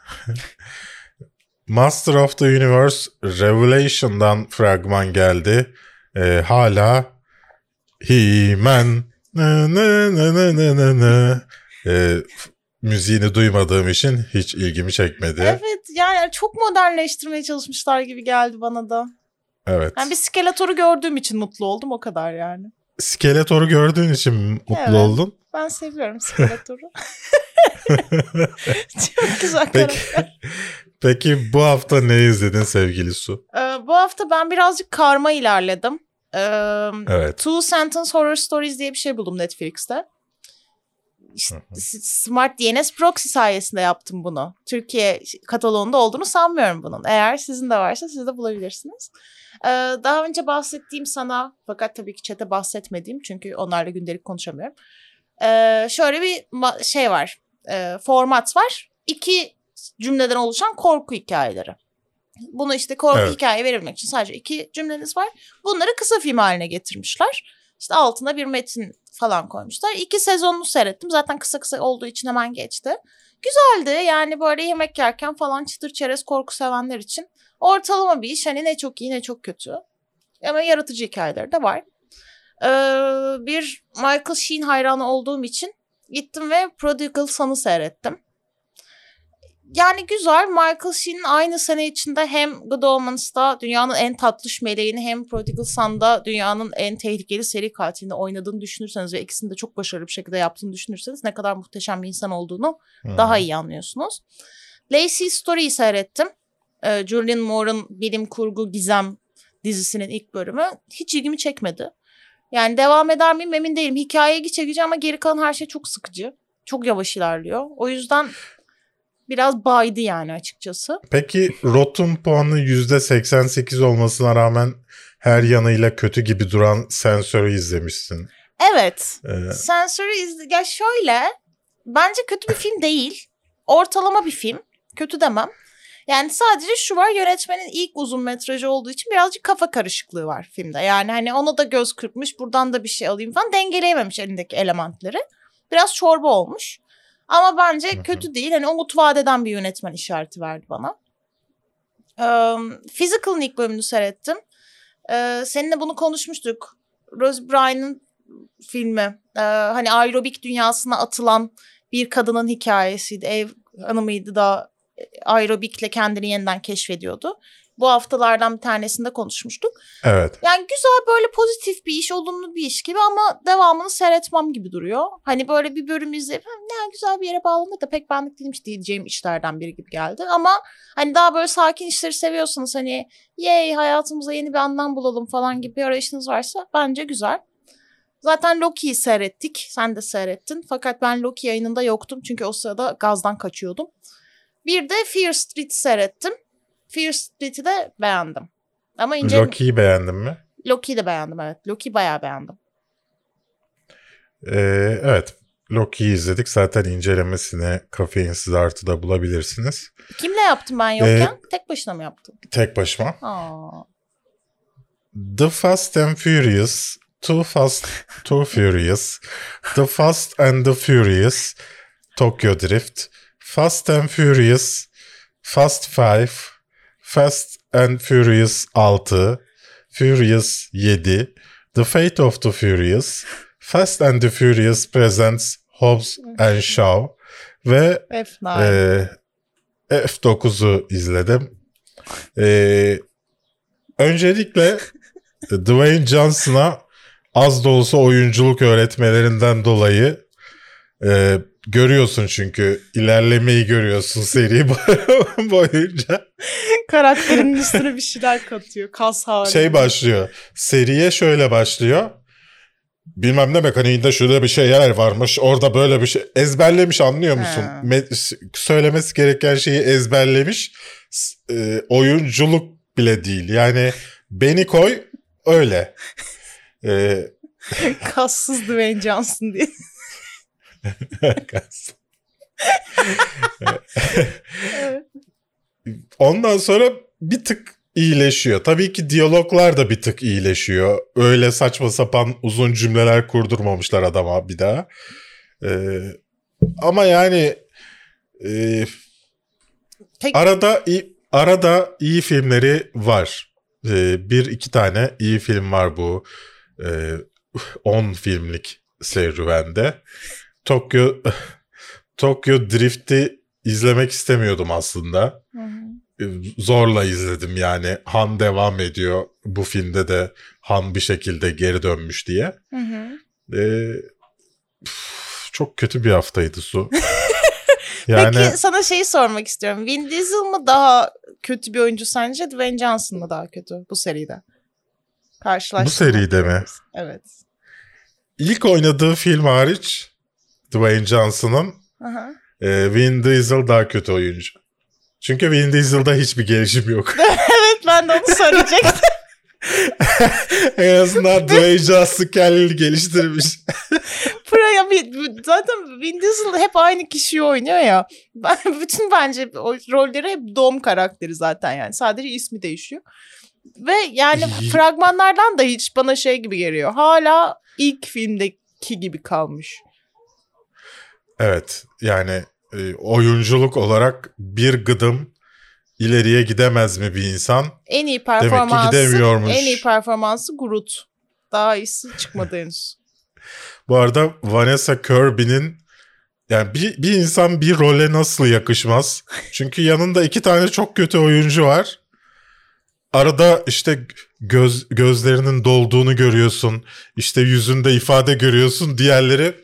Master of the Universe Revelation'dan fragman geldi. Hala He-Man müziğini duymadığım için hiç ilgimi çekmedi. Evet yani çok modernleştirmeye çalışmışlar gibi geldi bana da. Evet. Yani bir Skeletor'u gördüğüm için mutlu oldum o kadar yani. Skeletor'u gördüğün için mutlu oldun. Ben seviyorum Skeletor'u. Çok güzel karakter. Peki bu hafta ne izledin sevgili Su? Bu hafta ben birazcık karma ilerledim. Evet. Two Sentence Horror Stories diye bir şey buldum Netflix'te. İşte Smart DNS Proxy sayesinde yaptım bunu. Türkiye kataloğunda olduğunu sanmıyorum bunun. Eğer sizin de varsa siz de bulabilirsiniz. Daha önce bahsettiğim sana, fakat tabii ki chat'e bahsetmediğim çünkü onlarla gündelik konuşamıyorum. Şöyle bir şey var, format var. 2 cümleden oluşan korku hikayeleri. Bunu işte korku hikaye verilmek için sadece 2 cümleniz var. Bunları kısa film haline getirmişler. İşte altına bir metin falan koymuşlar. 2 sezonunu seyrettim. Zaten kısa olduğu için hemen geçti. Güzeldi. Yani böyle yemek yerken falan çıtır çerez korku sevenler için ortalama bir iş. Hani ne çok iyi ne çok kötü. Ama yaratıcı hikayeleri de var. Bir Michael Sheen hayranı olduğum için gittim ve Prodigal Son'u seyrettim. Yani güzel. Michael Sheen'in aynı sene içinde hem Good Omens'da dünyanın en tatlış meleğini hem Prodigal Son'da dünyanın en tehlikeli seri katilini oynadığını düşünürseniz ve ikisini de çok başarılı bir şekilde yaptığını düşünürseniz ne kadar muhteşem bir insan olduğunu daha iyi anlıyorsunuz. Lacey Story'yi seyrettim. Julianne Moore'un bilim kurgu gizem dizisinin ilk bölümü. Hiç ilgimi çekmedi. Yani devam eder miyim emin değilim. Hikayeye çekici ama geri kalan her şey çok sıkıcı. Çok yavaş ilerliyor. O yüzden biraz baydı yani açıkçası. Peki Rotten puanı %88 olmasına rağmen her yanıyla kötü gibi duran Sensor'ı izlemişsin. Evet. Sensor'ı ya şöyle, bence kötü bir film değil. Ortalama bir film. Kötü demem. Yani sadece şu var, yönetmenin ilk uzun metrajı olduğu için birazcık kafa karışıklığı var filmde. Yani hani ona da göz kırpmış, buradan da bir şey alayım falan, dengeleyememiş elindeki elementleri. Biraz çorba olmuş. Ama bence kötü değil. Hani umut vaat eden bir yönetmen işareti verdi bana. Physical'ın ilk bölümünü seyrettim. Seninle bunu konuşmuştuk. Rose Byrne'ın filmi. Hani aerobik dünyasına atılan bir kadının hikayesiydi. Ev hanımıydı da aerobikle kendini yeniden keşfediyordu. Bu haftalardan bir tanesinde konuşmuştuk. Evet. Yani güzel, böyle pozitif bir iş, olumlu bir iş gibi ama devamını seyretmem gibi duruyor. Hani böyle bir bölüm izleyip ne güzel bir yere bağlanır da pek benlik değilmiş diyeceğim işlerden biri gibi geldi. Ama hani daha böyle sakin işleri seviyorsanız, hani yay hayatımıza yeni bir anlam bulalım falan gibi bir arayışınız varsa bence güzel. Zaten Loki'yi seyrettik. Sen de seyrettin. Fakat ben Loki yayınında yoktum. Çünkü o sırada gazdan kaçıyordum. Bir de Fear Street'i seyrettim. Fear Street'i de beğendim. Ama Loki'yi beğendin mi? Loki'yi de beğendim, evet. Loki'yi bayağı beğendim. Evet. Loki'yi izledik. Zaten incelemesini Kafeinsiz Artı'da bulabilirsiniz. Kimle yaptım ben yokken? Tek başına mı yaptım? Tek başıma. Aa. The Fast and Furious, Too Fast, Too Furious, The Fast and the Furious, Tokyo Drift, Fast and Furious, Fast 5, Fast and Furious 6, Furious 7, The Fate of the Furious, Fast and the Furious Presents Hobbs and Shaw ve F9'u izledim. Öncelikle Dwayne Johnson'a az da olsa oyunculuk öğretmelerinden dolayı görüyorsun, çünkü ilerlemeyi görüyorsun seri boyunca. Karakterinin üstüne bir şeyler katıyor. Kas hali. Başlıyor. Seriye şöyle başlıyor. Bilmem ne mekaniğinde şurada bir şeyler varmış. Orada böyle bir şey. Ezberlemiş, anlıyor musun? Söylemesi gereken şeyi ezberlemiş. Oyunculuk bile değil. Yani beni koy öyle. Kassız Dwayne Johnson diye. Ondan sonra bir tık iyileşiyor. Tabii ki diyaloglar da bir tık iyileşiyor. Öyle saçma sapan uzun cümleler kurdurmamışlar adama bir daha. Ama yani arada iyi filmleri var. Bir iki tane iyi film var bu 10 filmlik serüvende. Tokyo Drift'i izlemek istemiyordum aslında. Zorla izledim yani. Han devam ediyor. Bu filmde de Han bir şekilde geri dönmüş diye. Çok kötü bir haftaydı Su. Yani... Peki sana şeyi sormak istiyorum. Vin Diesel mı daha kötü bir oyuncu sence? Dwayne Johnson mı daha kötü bu seride? Bu seride mi? Evet. İlk oynadığı film hariç Dwayne Johnson'ın Vin Diesel daha kötü oyuncu. Çünkü Vin Diesel'da hiçbir gelişim yok. Evet, ben de onu söyleyecektim. En azından Dwayne Johnson kendini geliştirmiş. Zaten Vin Diesel hep aynı kişiyi oynuyor ya. Bütün bence o rolleri hep doğum karakteri zaten yani. Sadece ismi değişiyor. Ve yani fragmanlardan da hiç bana şey gibi geliyor. Hala ilk filmdeki gibi kalmış. Evet, yani oyunculuk olarak bir gıdım ileriye gidemez mi bir insan? En iyi performansı Groot. Daha iyisi çıkmadı henüz. Bu arada Vanessa Kirby'nin Yani bir insan bir role nasıl yakışmaz? Çünkü yanında 2 tane çok kötü oyuncu var. Arada işte gözlerinin dolduğunu görüyorsun. İşte yüzünde ifade görüyorsun. Diğerleri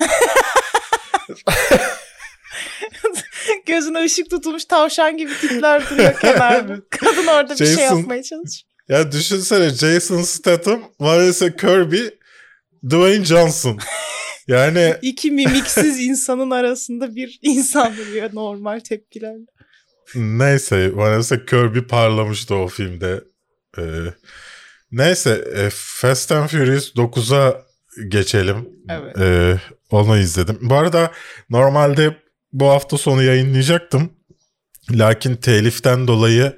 Gözüne ışık tutulmuş tavşan gibi tipler duruyor kenarda. Kadın orada bir şey yapmaya çalışıyor. Ya düşünsene, Jason Statham, Vanessa Kirby, Dwayne Johnson. Yani İki mimiksiz insanın arasında bir insan duruyor normal tepkilerle. neyse, Vanessa Kirby parlamıştı o filmde. Neyse, Fast and Furious 9'a geçelim. Evet. Onu izledim. Bu arada normalde bu hafta sonu yayınlayacaktım. Lakin teliften dolayı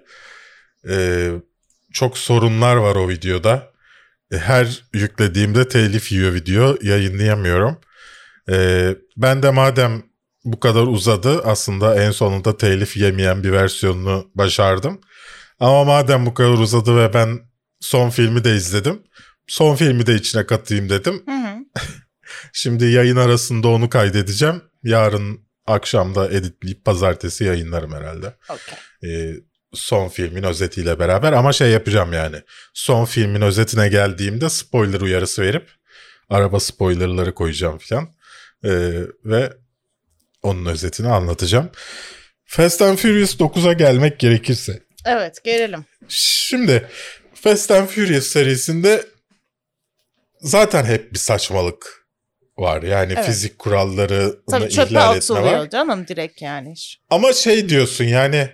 çok sorunlar var o videoda. Her yüklediğimde telif yiyor video. Yayınlayamıyorum. Ben de madem bu kadar uzadı, aslında en sonunda telif yemeyen bir versiyonunu başardım. Ama madem bu kadar uzadı ve ben son filmi de izledim, son filmi de içine katayım dedim. Şimdi yayın arasında onu kaydedeceğim. Yarın akşamda editleyip pazartesi yayınlarım herhalde. Okay. Son filmin özetiyle beraber, ama şey yapacağım yani. Son filmin özetine geldiğimde spoiler uyarısı verip araba spoilerları koyacağım falan. Ve onun özetini anlatacağım. Fast and Furious 9'a gelmek gerekirse. Evet, gelelim. Şimdi Fast and Furious serisinde zaten hep bir saçmalık var. Yani evet. Fizik kurallarını tabii ihlal etme var. çöpe atılıyor canım direkt yani. Ama şey diyorsun yani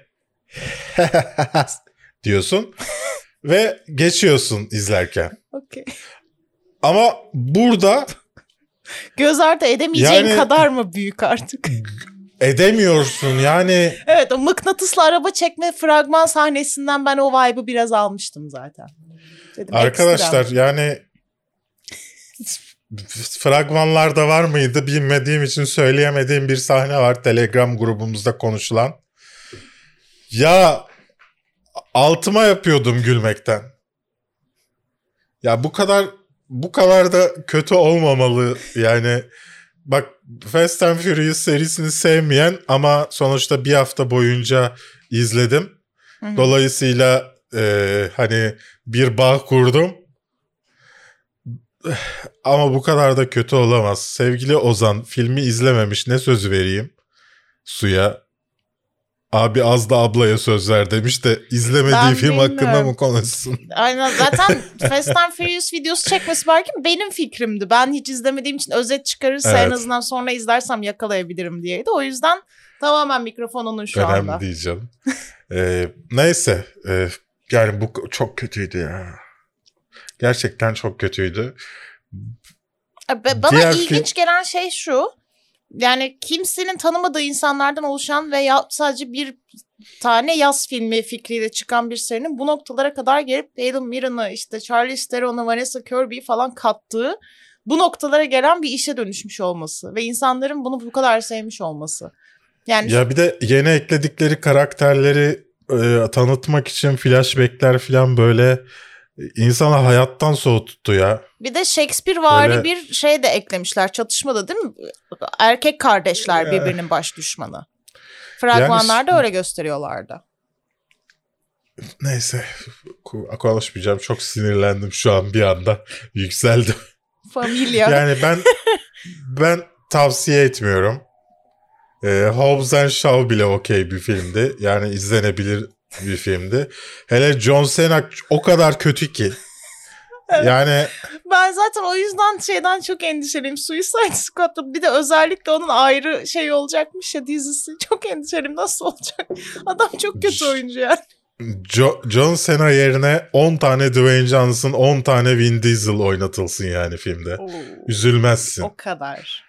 diyorsun ve geçiyorsun izlerken. Okay. Ama burada göz ardı edemeyeceğin yani, kadar mı büyük artık? edemiyorsun yani. Evet, o mıknatıslı araba çekme fragman sahnesinden ben o vibe'ı biraz almıştım zaten. Dedim, arkadaşlar ekstra. Yani fragmanlarda var mıydı bilmediğim için söyleyemediğim bir sahne var Telegram grubumuzda konuşulan. Ya altıma yapıyordum gülmekten. Ya bu kadar da kötü olmamalı yani. Bak, Fast and Furious serisini sevmeyen ama sonuçta bir hafta boyunca izledim. Hı-hı. Dolayısıyla hani bir bağ kurdum. Ama bu kadar da kötü olamaz. Sevgili Ozan filmi izlememiş, ne sözü vereyim Suya? Abi az da ablaya söz ver demiş de izlemediği ben film bilmiyorum. hakkında mı konuşsun? Aynen, zaten Fast and Furious videosu çekmesi belki benim fikrimdi. Ben hiç izlemediğim için özet çıkarırsa en azından sonra izlersem yakalayabilirim diyeydi. O yüzden tamamen mikrofon onun şu anda. Önemli değil canım. Neyse. Yani bu çok kötüydü ya. Gerçekten çok kötüydü. Bana ilginç gelen şey şu. Yani kimsenin tanımadığı insanlardan oluşan ve sadece bir tane yaz filmi fikriyle çıkan bir serinin bu noktalara kadar gelip Helen Mirren'ı, işte Charlize Theron'u, Vanessa Kirby'yi falan kattığı, bu noktalara gelen bir işe dönüşmüş olması ve insanların bunu bu kadar sevmiş olması. Yani ya bir de yeni ekledikleri karakterleri tanıtmak için flashbackler falan böyle insana hayattan soğuttu ya. Bir de Shakespeare'vari bir şey de eklemişler çatışmada, değil mi? Erkek kardeşler birbirinin baş düşmanı. Fragmanlarda yani, öyle gösteriyorlardı. Neyse, konuşmayacağım. Çok sinirlendim şu an, bir anda yükseldim. Familya. Yani ben tavsiye etmiyorum. Hobbs and Shaw bile okey bir filmdi. Yani izlenebilir bir filmdi. Hele John Cena o kadar kötü ki. Yani ben zaten o yüzden şeyden çok endişeliyim. Suicide Squad'da bir de özellikle onun ayrı şey olacakmış ya, dizisi. Çok endişeliyim, nasıl olacak? Adam çok kötü oyuncu yani. John Cena yerine 10 tane Dwayne Johnson, 10 tane Vin Diesel oynatılsın yani filmde. Üzülmezsin. O kadar.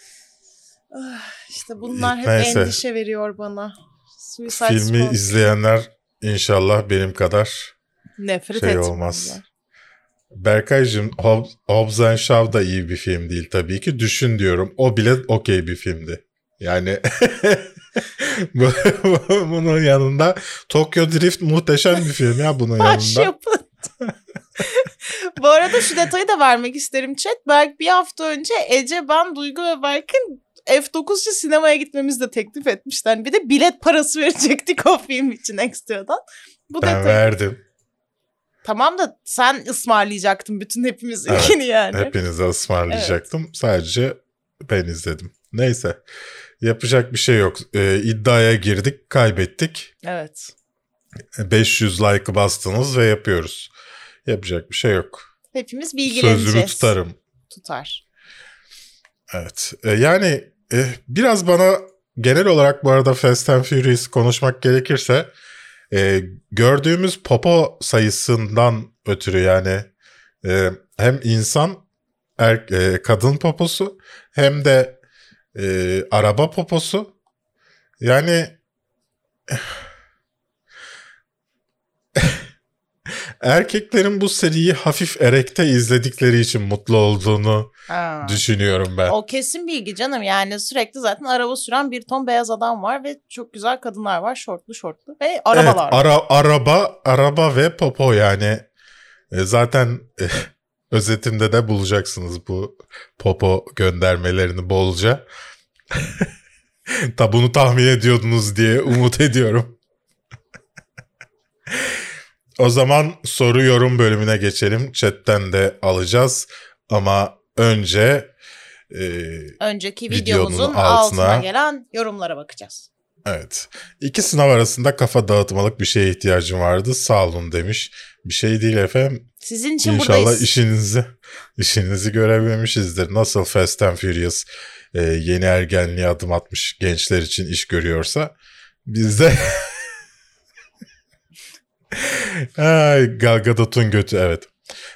İşte bunlar hep neyse, endişe veriyor bana. Suicide filmi Squad. izleyenler inşallah benim kadar nefret şey olmaz. Berkaycığım, Hobbs and Shaw da iyi bir film değil tabii ki. Düşün diyorum. O bile okey bir filmdi. Yani bunun yanında Tokyo Drift muhteşem bir film ya bunun yanında. Bu arada şu detayı da vermek isterim chat. Berk bir hafta önce Ece, ben, Duygu ve Berk'in F9 için sinemaya gitmemizi de teklif etmişler. Bir de bilet parası verecektik o film için ekstradan. Bu Ben verdim. Tamam da sen ısmarlayacaktın bütün hepimizinkini yani. Hepinize ısmarlayacaktım. Evet. Sadece ben izledim. Neyse. Yapacak bir şey yok. İddiaya girdik, kaybettik. Evet. 500 like bastınız ve yapıyoruz. Yapacak bir şey yok. Hepimiz bilgileneceğiz. Sözümü tutarım. Tutar. Evet. Yani biraz bana genel olarak bu arada Fast and Furious konuşmak gerekirse gördüğümüz popo sayısından ötürü yani hem insan kadın poposu hem de araba poposu yani erkeklerin bu seriyi hafif erekte izledikleri için mutlu olduğunu düşünüyorum ben. O kesin bilgi canım. Yani sürekli zaten araba süren bir ton beyaz adam var ve çok güzel kadınlar var. Şortlu ve arabalar var. Araba ve popo yani. Zaten özetimde de bulacaksınız bu popo göndermelerini bolca. Bunu tahmin ediyordunuz diye umut ediyorum. O zaman soru yorum bölümüne geçelim. Chat'ten de alacağız. Ama önce önceki videomuzun altına gelen yorumlara bakacağız. Evet. 2 sınav arasında kafa dağıtmalık bir şeye ihtiyacım vardı. Sağ olun demiş. Bir şey değil efendim. Sizin için İnşallah buradayız. işinizi görebilmişizdir. Nasıl Fast and Furious yeni ergenliğe adım atmış gençler için iş görüyorsa biz de Gal Gadot'un götü evet.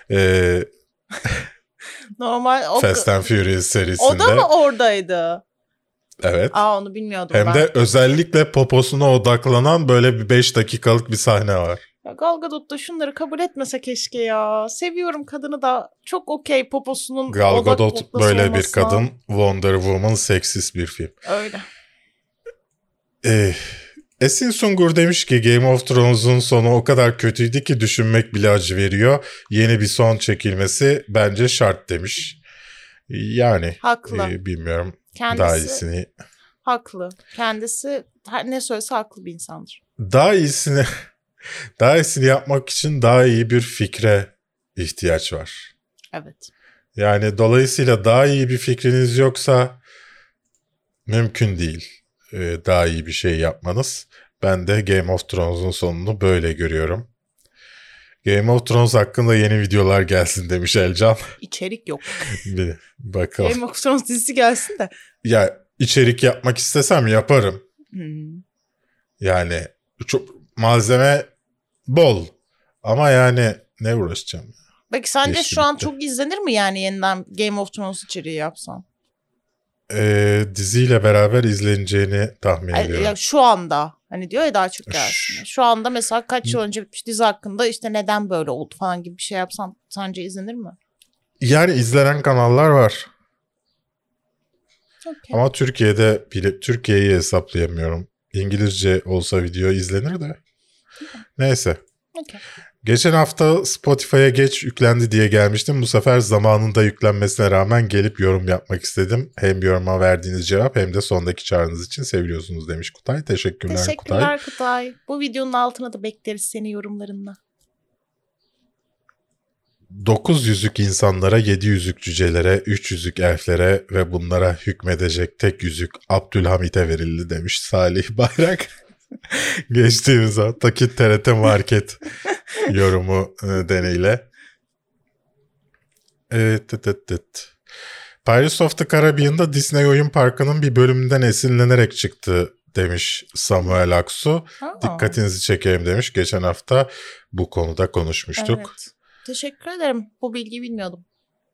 Normal. Fast and Furious serisinde. O da mı oradaydı? Evet. Onu bilmiyordum Hem ben. de özellikle poposuna odaklanan böyle bir 5 dakikalık bir sahne var. Ya Gal Gadot da şunları kabul etmese keşke ya. Seviyorum kadını da. Çok okey poposunun Gal Gadot böyle olmasına. bir kadın. Wonder Woman seksist bir film. Öyle. Esin Sungur demiş ki Game of Thrones'un sonu o kadar kötüydü ki düşünmek bile acı veriyor. Yeni bir son çekilmesi bence şart demiş. Yani haklı. Bilmiyorum. Kendisi daha iyisini. Haklı. Kendisi ne söylese haklı bir insandır. Daha iyisini yapmak için daha iyi bir fikre ihtiyaç var. Evet. Yani dolayısıyla daha iyi bir fikriniz yoksa mümkün değil daha iyi bir şey yapmanız. Ben de Game of Thrones'un sonunu böyle görüyorum. Game of Thrones hakkında yeni videolar gelsin demiş Elcan. İçerik yok. Bir bakalım. Game of Thrones dizisi gelsin de. Ya içerik yapmak istesem yaparım. Yani çok malzeme bol. Ama yani ne uğraşacağım? Peki sence Geçti şu an bitti. çok izlenir mi yani yeniden Game of Thrones içeriği yapsan? Diziyle beraber izleneceğini tahmin ediyorum. Ya şu anda hani diyor ya daha çok gelsin. Şu anda mesela kaç yıl önce bitmiş dizi hakkında işte neden böyle oldu falan gibi bir şey yapsan sence izlenir mi? Yani izlenen kanallar var. Okay. Ama Türkiye'de bile Türkiye'yi hesaplayamıyorum. İngilizce olsa video izlenir de. Neyse. Okay. Geçen hafta Spotify'a geç yüklendi diye gelmiştim. Bu sefer zamanında yüklenmesine rağmen gelip yorum yapmak istedim. Hem yoruma verdiğiniz cevap hem de sondaki çağrınız için seviyorsunuz demiş Kutay. Teşekkürler Kutay. Bu videonun altına da bekleriz seni yorumlarınla. 9 yüzük insanlara, 7 yüzük cücelere, 3 yüzük elflere ve bunlara hükmedecek tek yüzük Abdülhamit'e verildi demiş Salih Bayrak. Geçtiğimiz haftaki TRT Market yorumu deneyle. Pirates of the Caribbean'da Disney Oyun Parkı'nın bir bölümünden esinlenerek çıktı demiş Samuel Aksu. Dikkatinizi çekeyim demiş. Geçen hafta bu konuda konuşmuştuk. Evet. Teşekkür ederim. Bu bilgiyi bilmiyordum.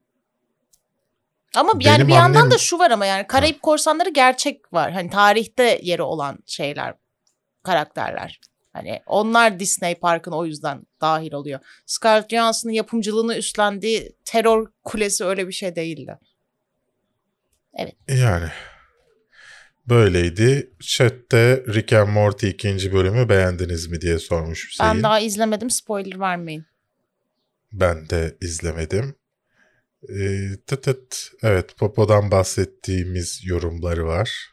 Ama yani bir yandan da şu var ama yani Karayip Korsanları gerçek var. Hani tarihte yeri olan şeyler, karakterler. Hani onlar Disney Park'ın o yüzden dahil oluyor. Scarlett Johansson'ın yapımcılığını üstlendiği Terör Kulesi öyle bir şey değildi. Evet. Yani böyleydi. Chat'te Rick and Morty 2. bölümü beğendiniz mi diye sormuş Hüseyin. Ben daha izlemedim. Spoiler vermeyin. Ben de izlemedim. Evet, Popo'dan bahsettiğimiz yorumları var.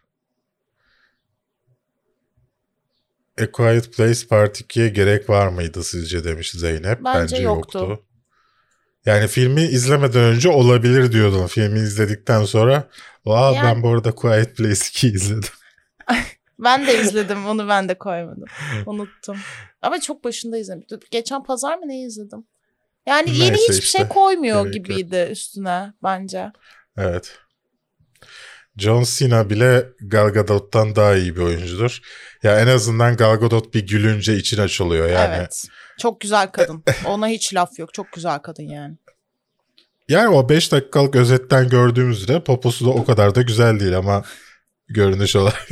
A Quiet Place Part 2'ye gerek var mıydı sizce demiş Zeynep. Bence yoktu. Yani filmi izlemeden önce olabilir diyordum. Filmi izledikten sonra ben bu arada Quiet Place 2'yi izledim. Ben de izledim. Onu ben de koymadım. Unuttum. Ama çok başında izledim. Geçen pazar mı ne izledim? Yani Neyse yeni hiçbir işte, şey koymuyor gerek gibiydi üstüne bence. Evet. John Cena bile Gal Gadot'tan daha iyi bir oyuncudur. Ya en azından Gal Gadot bir gülünce için açılıyor yani. Evet. Çok güzel kadın. Ona hiç laf yok. Çok güzel kadın yani. Yani o 5 dakikalık özetten gördüğümüzde poposu da o kadar da güzel değil ama görünüş olarak.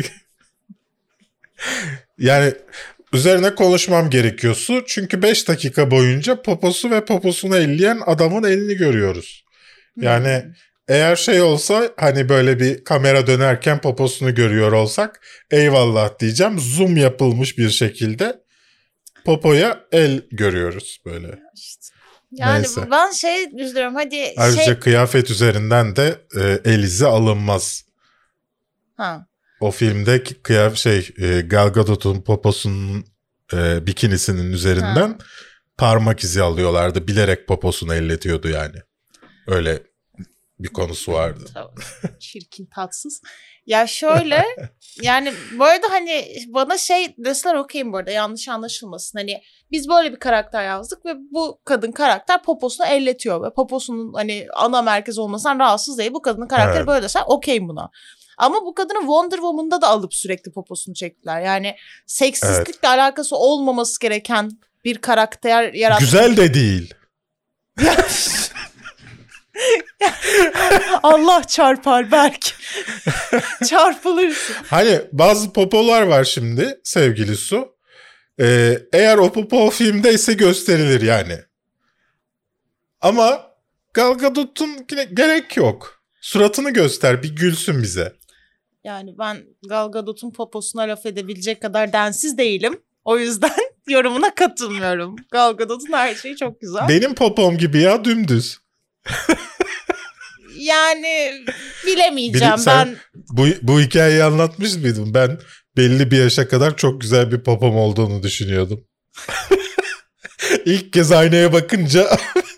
Yani üzerine konuşmam gerekiyor Su. Çünkü 5 dakika boyunca poposu ve poposunu elleyen adamın elini görüyoruz. Yani eğer şey olsa hani böyle bir kamera dönerken poposunu görüyor olsak eyvallah diyeceğim. Zoom yapılmış bir şekilde popoya el görüyoruz böyle. İşte. Yani Neyse. ben üzülüyorum. Hadi Ayrıca kıyafet üzerinden de el izi alınmaz. Ha. O filmde Gal Gadot'un poposunun bikinisinin üzerinden parmak izi alıyorlardı. Bilerek poposunu elletiyordu yani. Öyle bir konusu vardı. Çirkin, tatsız. Ya şöyle yani bu arada hani bana deseler okeyim bu arada, yanlış anlaşılmasın. Hani biz böyle bir karakter yazdık ve bu kadın karakter poposunu elletiyor ve poposunun hani ana merkez olmasından rahatsız değil. Bu kadının karakteri Evet. böyle deseler okeyim buna. Ama bu kadını Wonder Woman'da da alıp sürekli poposunu çektiler. Yani seksistlikle alakası olmaması gereken bir karakter yarattılar. Güzel de değil. Allah çarpar Berk. Çarpılırsın. Hani bazı popolar var şimdi sevgili Su. Eğer o popo filmdeyse gösterilir yani. Ama Gal Gadot'un gerek yok. Suratını göster, bir gülsün bize. Yani ben Gal Gadot'un poposuna laf edebilecek kadar densiz değilim. O yüzden yorumuna katılmıyorum. Gal Gadot'un her şeyi çok güzel. Benim popom gibi ya, dümdüz. Yani bilemeyeceğim Sen bu hikayeyi anlatmış mıydın? Ben belli bir yaşa kadar çok güzel bir popom olduğunu düşünüyordum. İlk kez aynaya bakınca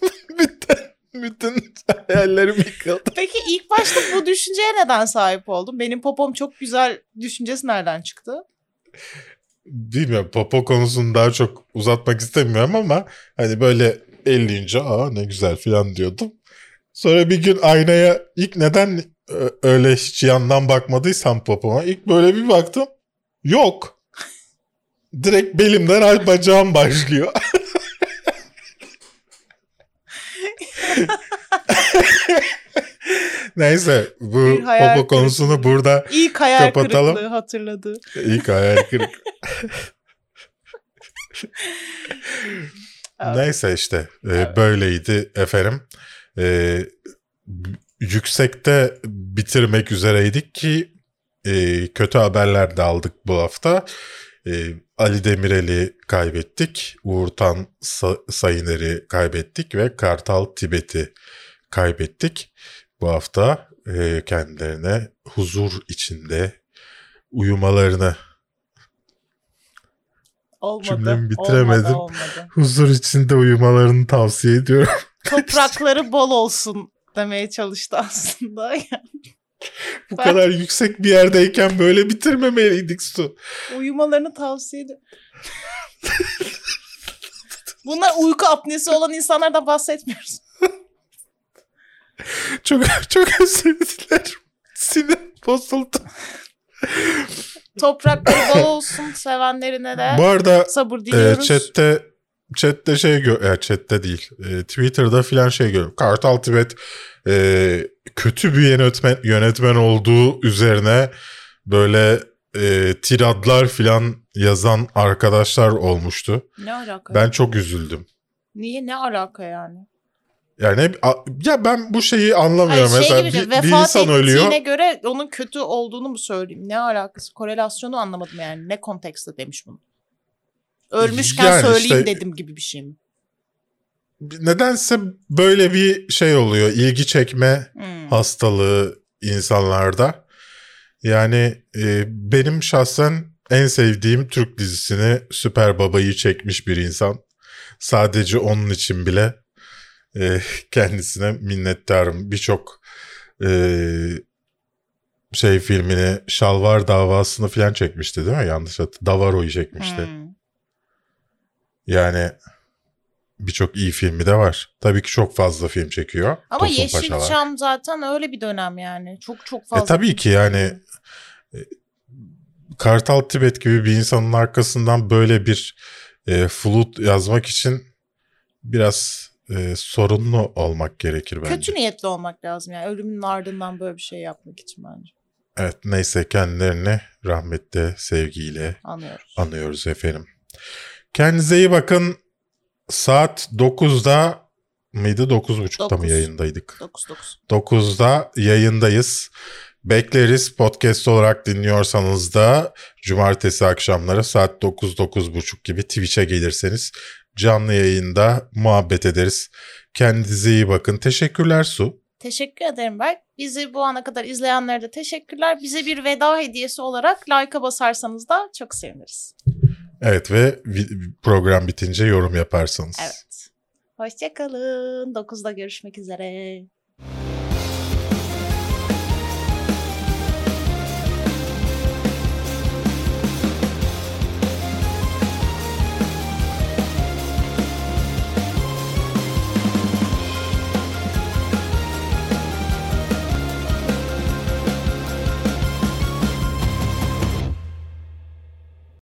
bütün hayallerim yıkıldı. Peki ilk başta bu düşünceye neden sahip oldun? Benim popom çok güzel düşüncesi nereden çıktı? Bilmiyorum, popo konusunu daha çok uzatmak istemiyorum ama hani böyle elleyince ne güzel falan diyordum. Sonra bir gün aynaya ilk neden öyle hiç yandan bakmadıysam popoma, ilk böyle bir baktım. Yok. Direkt belimden bacağım başlıyor. Neyse, bu popo konusunu burada İlk hayal kapatalım. kırıklığı hatırladı. İlk hayal kırıklığı. Neyse işte böyleydi efendim. Yüksekte bitirmek üzereydik ki kötü haberler de aldık bu hafta. Ali Demirel'i kaybettik. Uğurtan Sayıner'i kaybettik ve Kartal Tibet'i kaybettik. Bu hafta kendilerine huzur içinde uyumalarını cümlemi bitiremedim. Olmadı. Huzur içinde uyumalarını tavsiye ediyorum. Toprakları bol olsun demeye çalıştı aslında. Bu kadar yüksek bir yerdeyken böyle bitirmemeliydik Su. Uyumalarını tavsiye ediyorum. Bunlar uyku apnesi olan insanlardan bahsetmiyoruz. Çok özür dilerim. Sinir bozuldu. Toprakları bol olsun, sevenlerine de Bu arada sabır diliyoruz. chatte chatte değil. Twitter'da filan görüyorum. Kartal Tibet kötü bir yönetmen olduğu üzerine böyle tiradlar filan yazan arkadaşlar olmuştu. Ne alaka? Ben çok üzüldüm. Niye? Ne alaka yani? Yani ya ben bu şeyi anlamıyorum. Hayır, mesela gibi, bir vefat insan ölüyor. ettiğine göre onun kötü olduğunu mu söyleyeyim? Ne alakası? Korelasyonu anlamadım yani. Ne kontekste demiş bunu? Ölmüşken Yani söyleyeyim işte, dedim gibi bir şey mi? nedense böyle bir şey oluyor. İlgi çekme hastalığı insanlarda. Yani benim şahsen en sevdiğim Türk dizisini Süper Baba'yı çekmiş bir insan. Sadece onun için bile kendisine minnettarım. Birçok filmini, Şalvar Davası'nı falan çekmişti değil mi? Yanlış hatırlamıyorum. Davaro'yu çekmişti. Yani birçok iyi filmi de var. Tabii ki çok fazla film çekiyor. Ama Tosun Paşalar. Yeşilçam zaten öyle bir dönem yani. Çok fazla. Tabii ki yani Kartal Tibet gibi bir insanın arkasından böyle bir flüt yazmak için biraz sorunlu olmak gerekir bence. Kötü niyetli olmak lazım yani. Ölümün ardından böyle bir şey yapmak için bence. Evet, neyse, kendilerini rahmetle, sevgiyle anıyoruz efendim. Kendinize iyi bakın. Saat 9'da mıydı? 9.30'da mı yayındaydık? 9'da yayındayız. Bekleriz. Podcast olarak dinliyorsanız da cumartesi akşamları saat 9-9.30 gibi Twitch'e gelirseniz canlı yayında muhabbet ederiz. Kendinize iyi bakın. Teşekkürler Su. Teşekkür ederim Berk. Bizi bu ana kadar izleyenlere de teşekkürler. Bize bir veda hediyesi olarak like'a basarsanız da çok seviniriz. Evet ve program bitince yorum yaparsanız. Evet. Hoşça kalın. 9'da görüşmek üzere.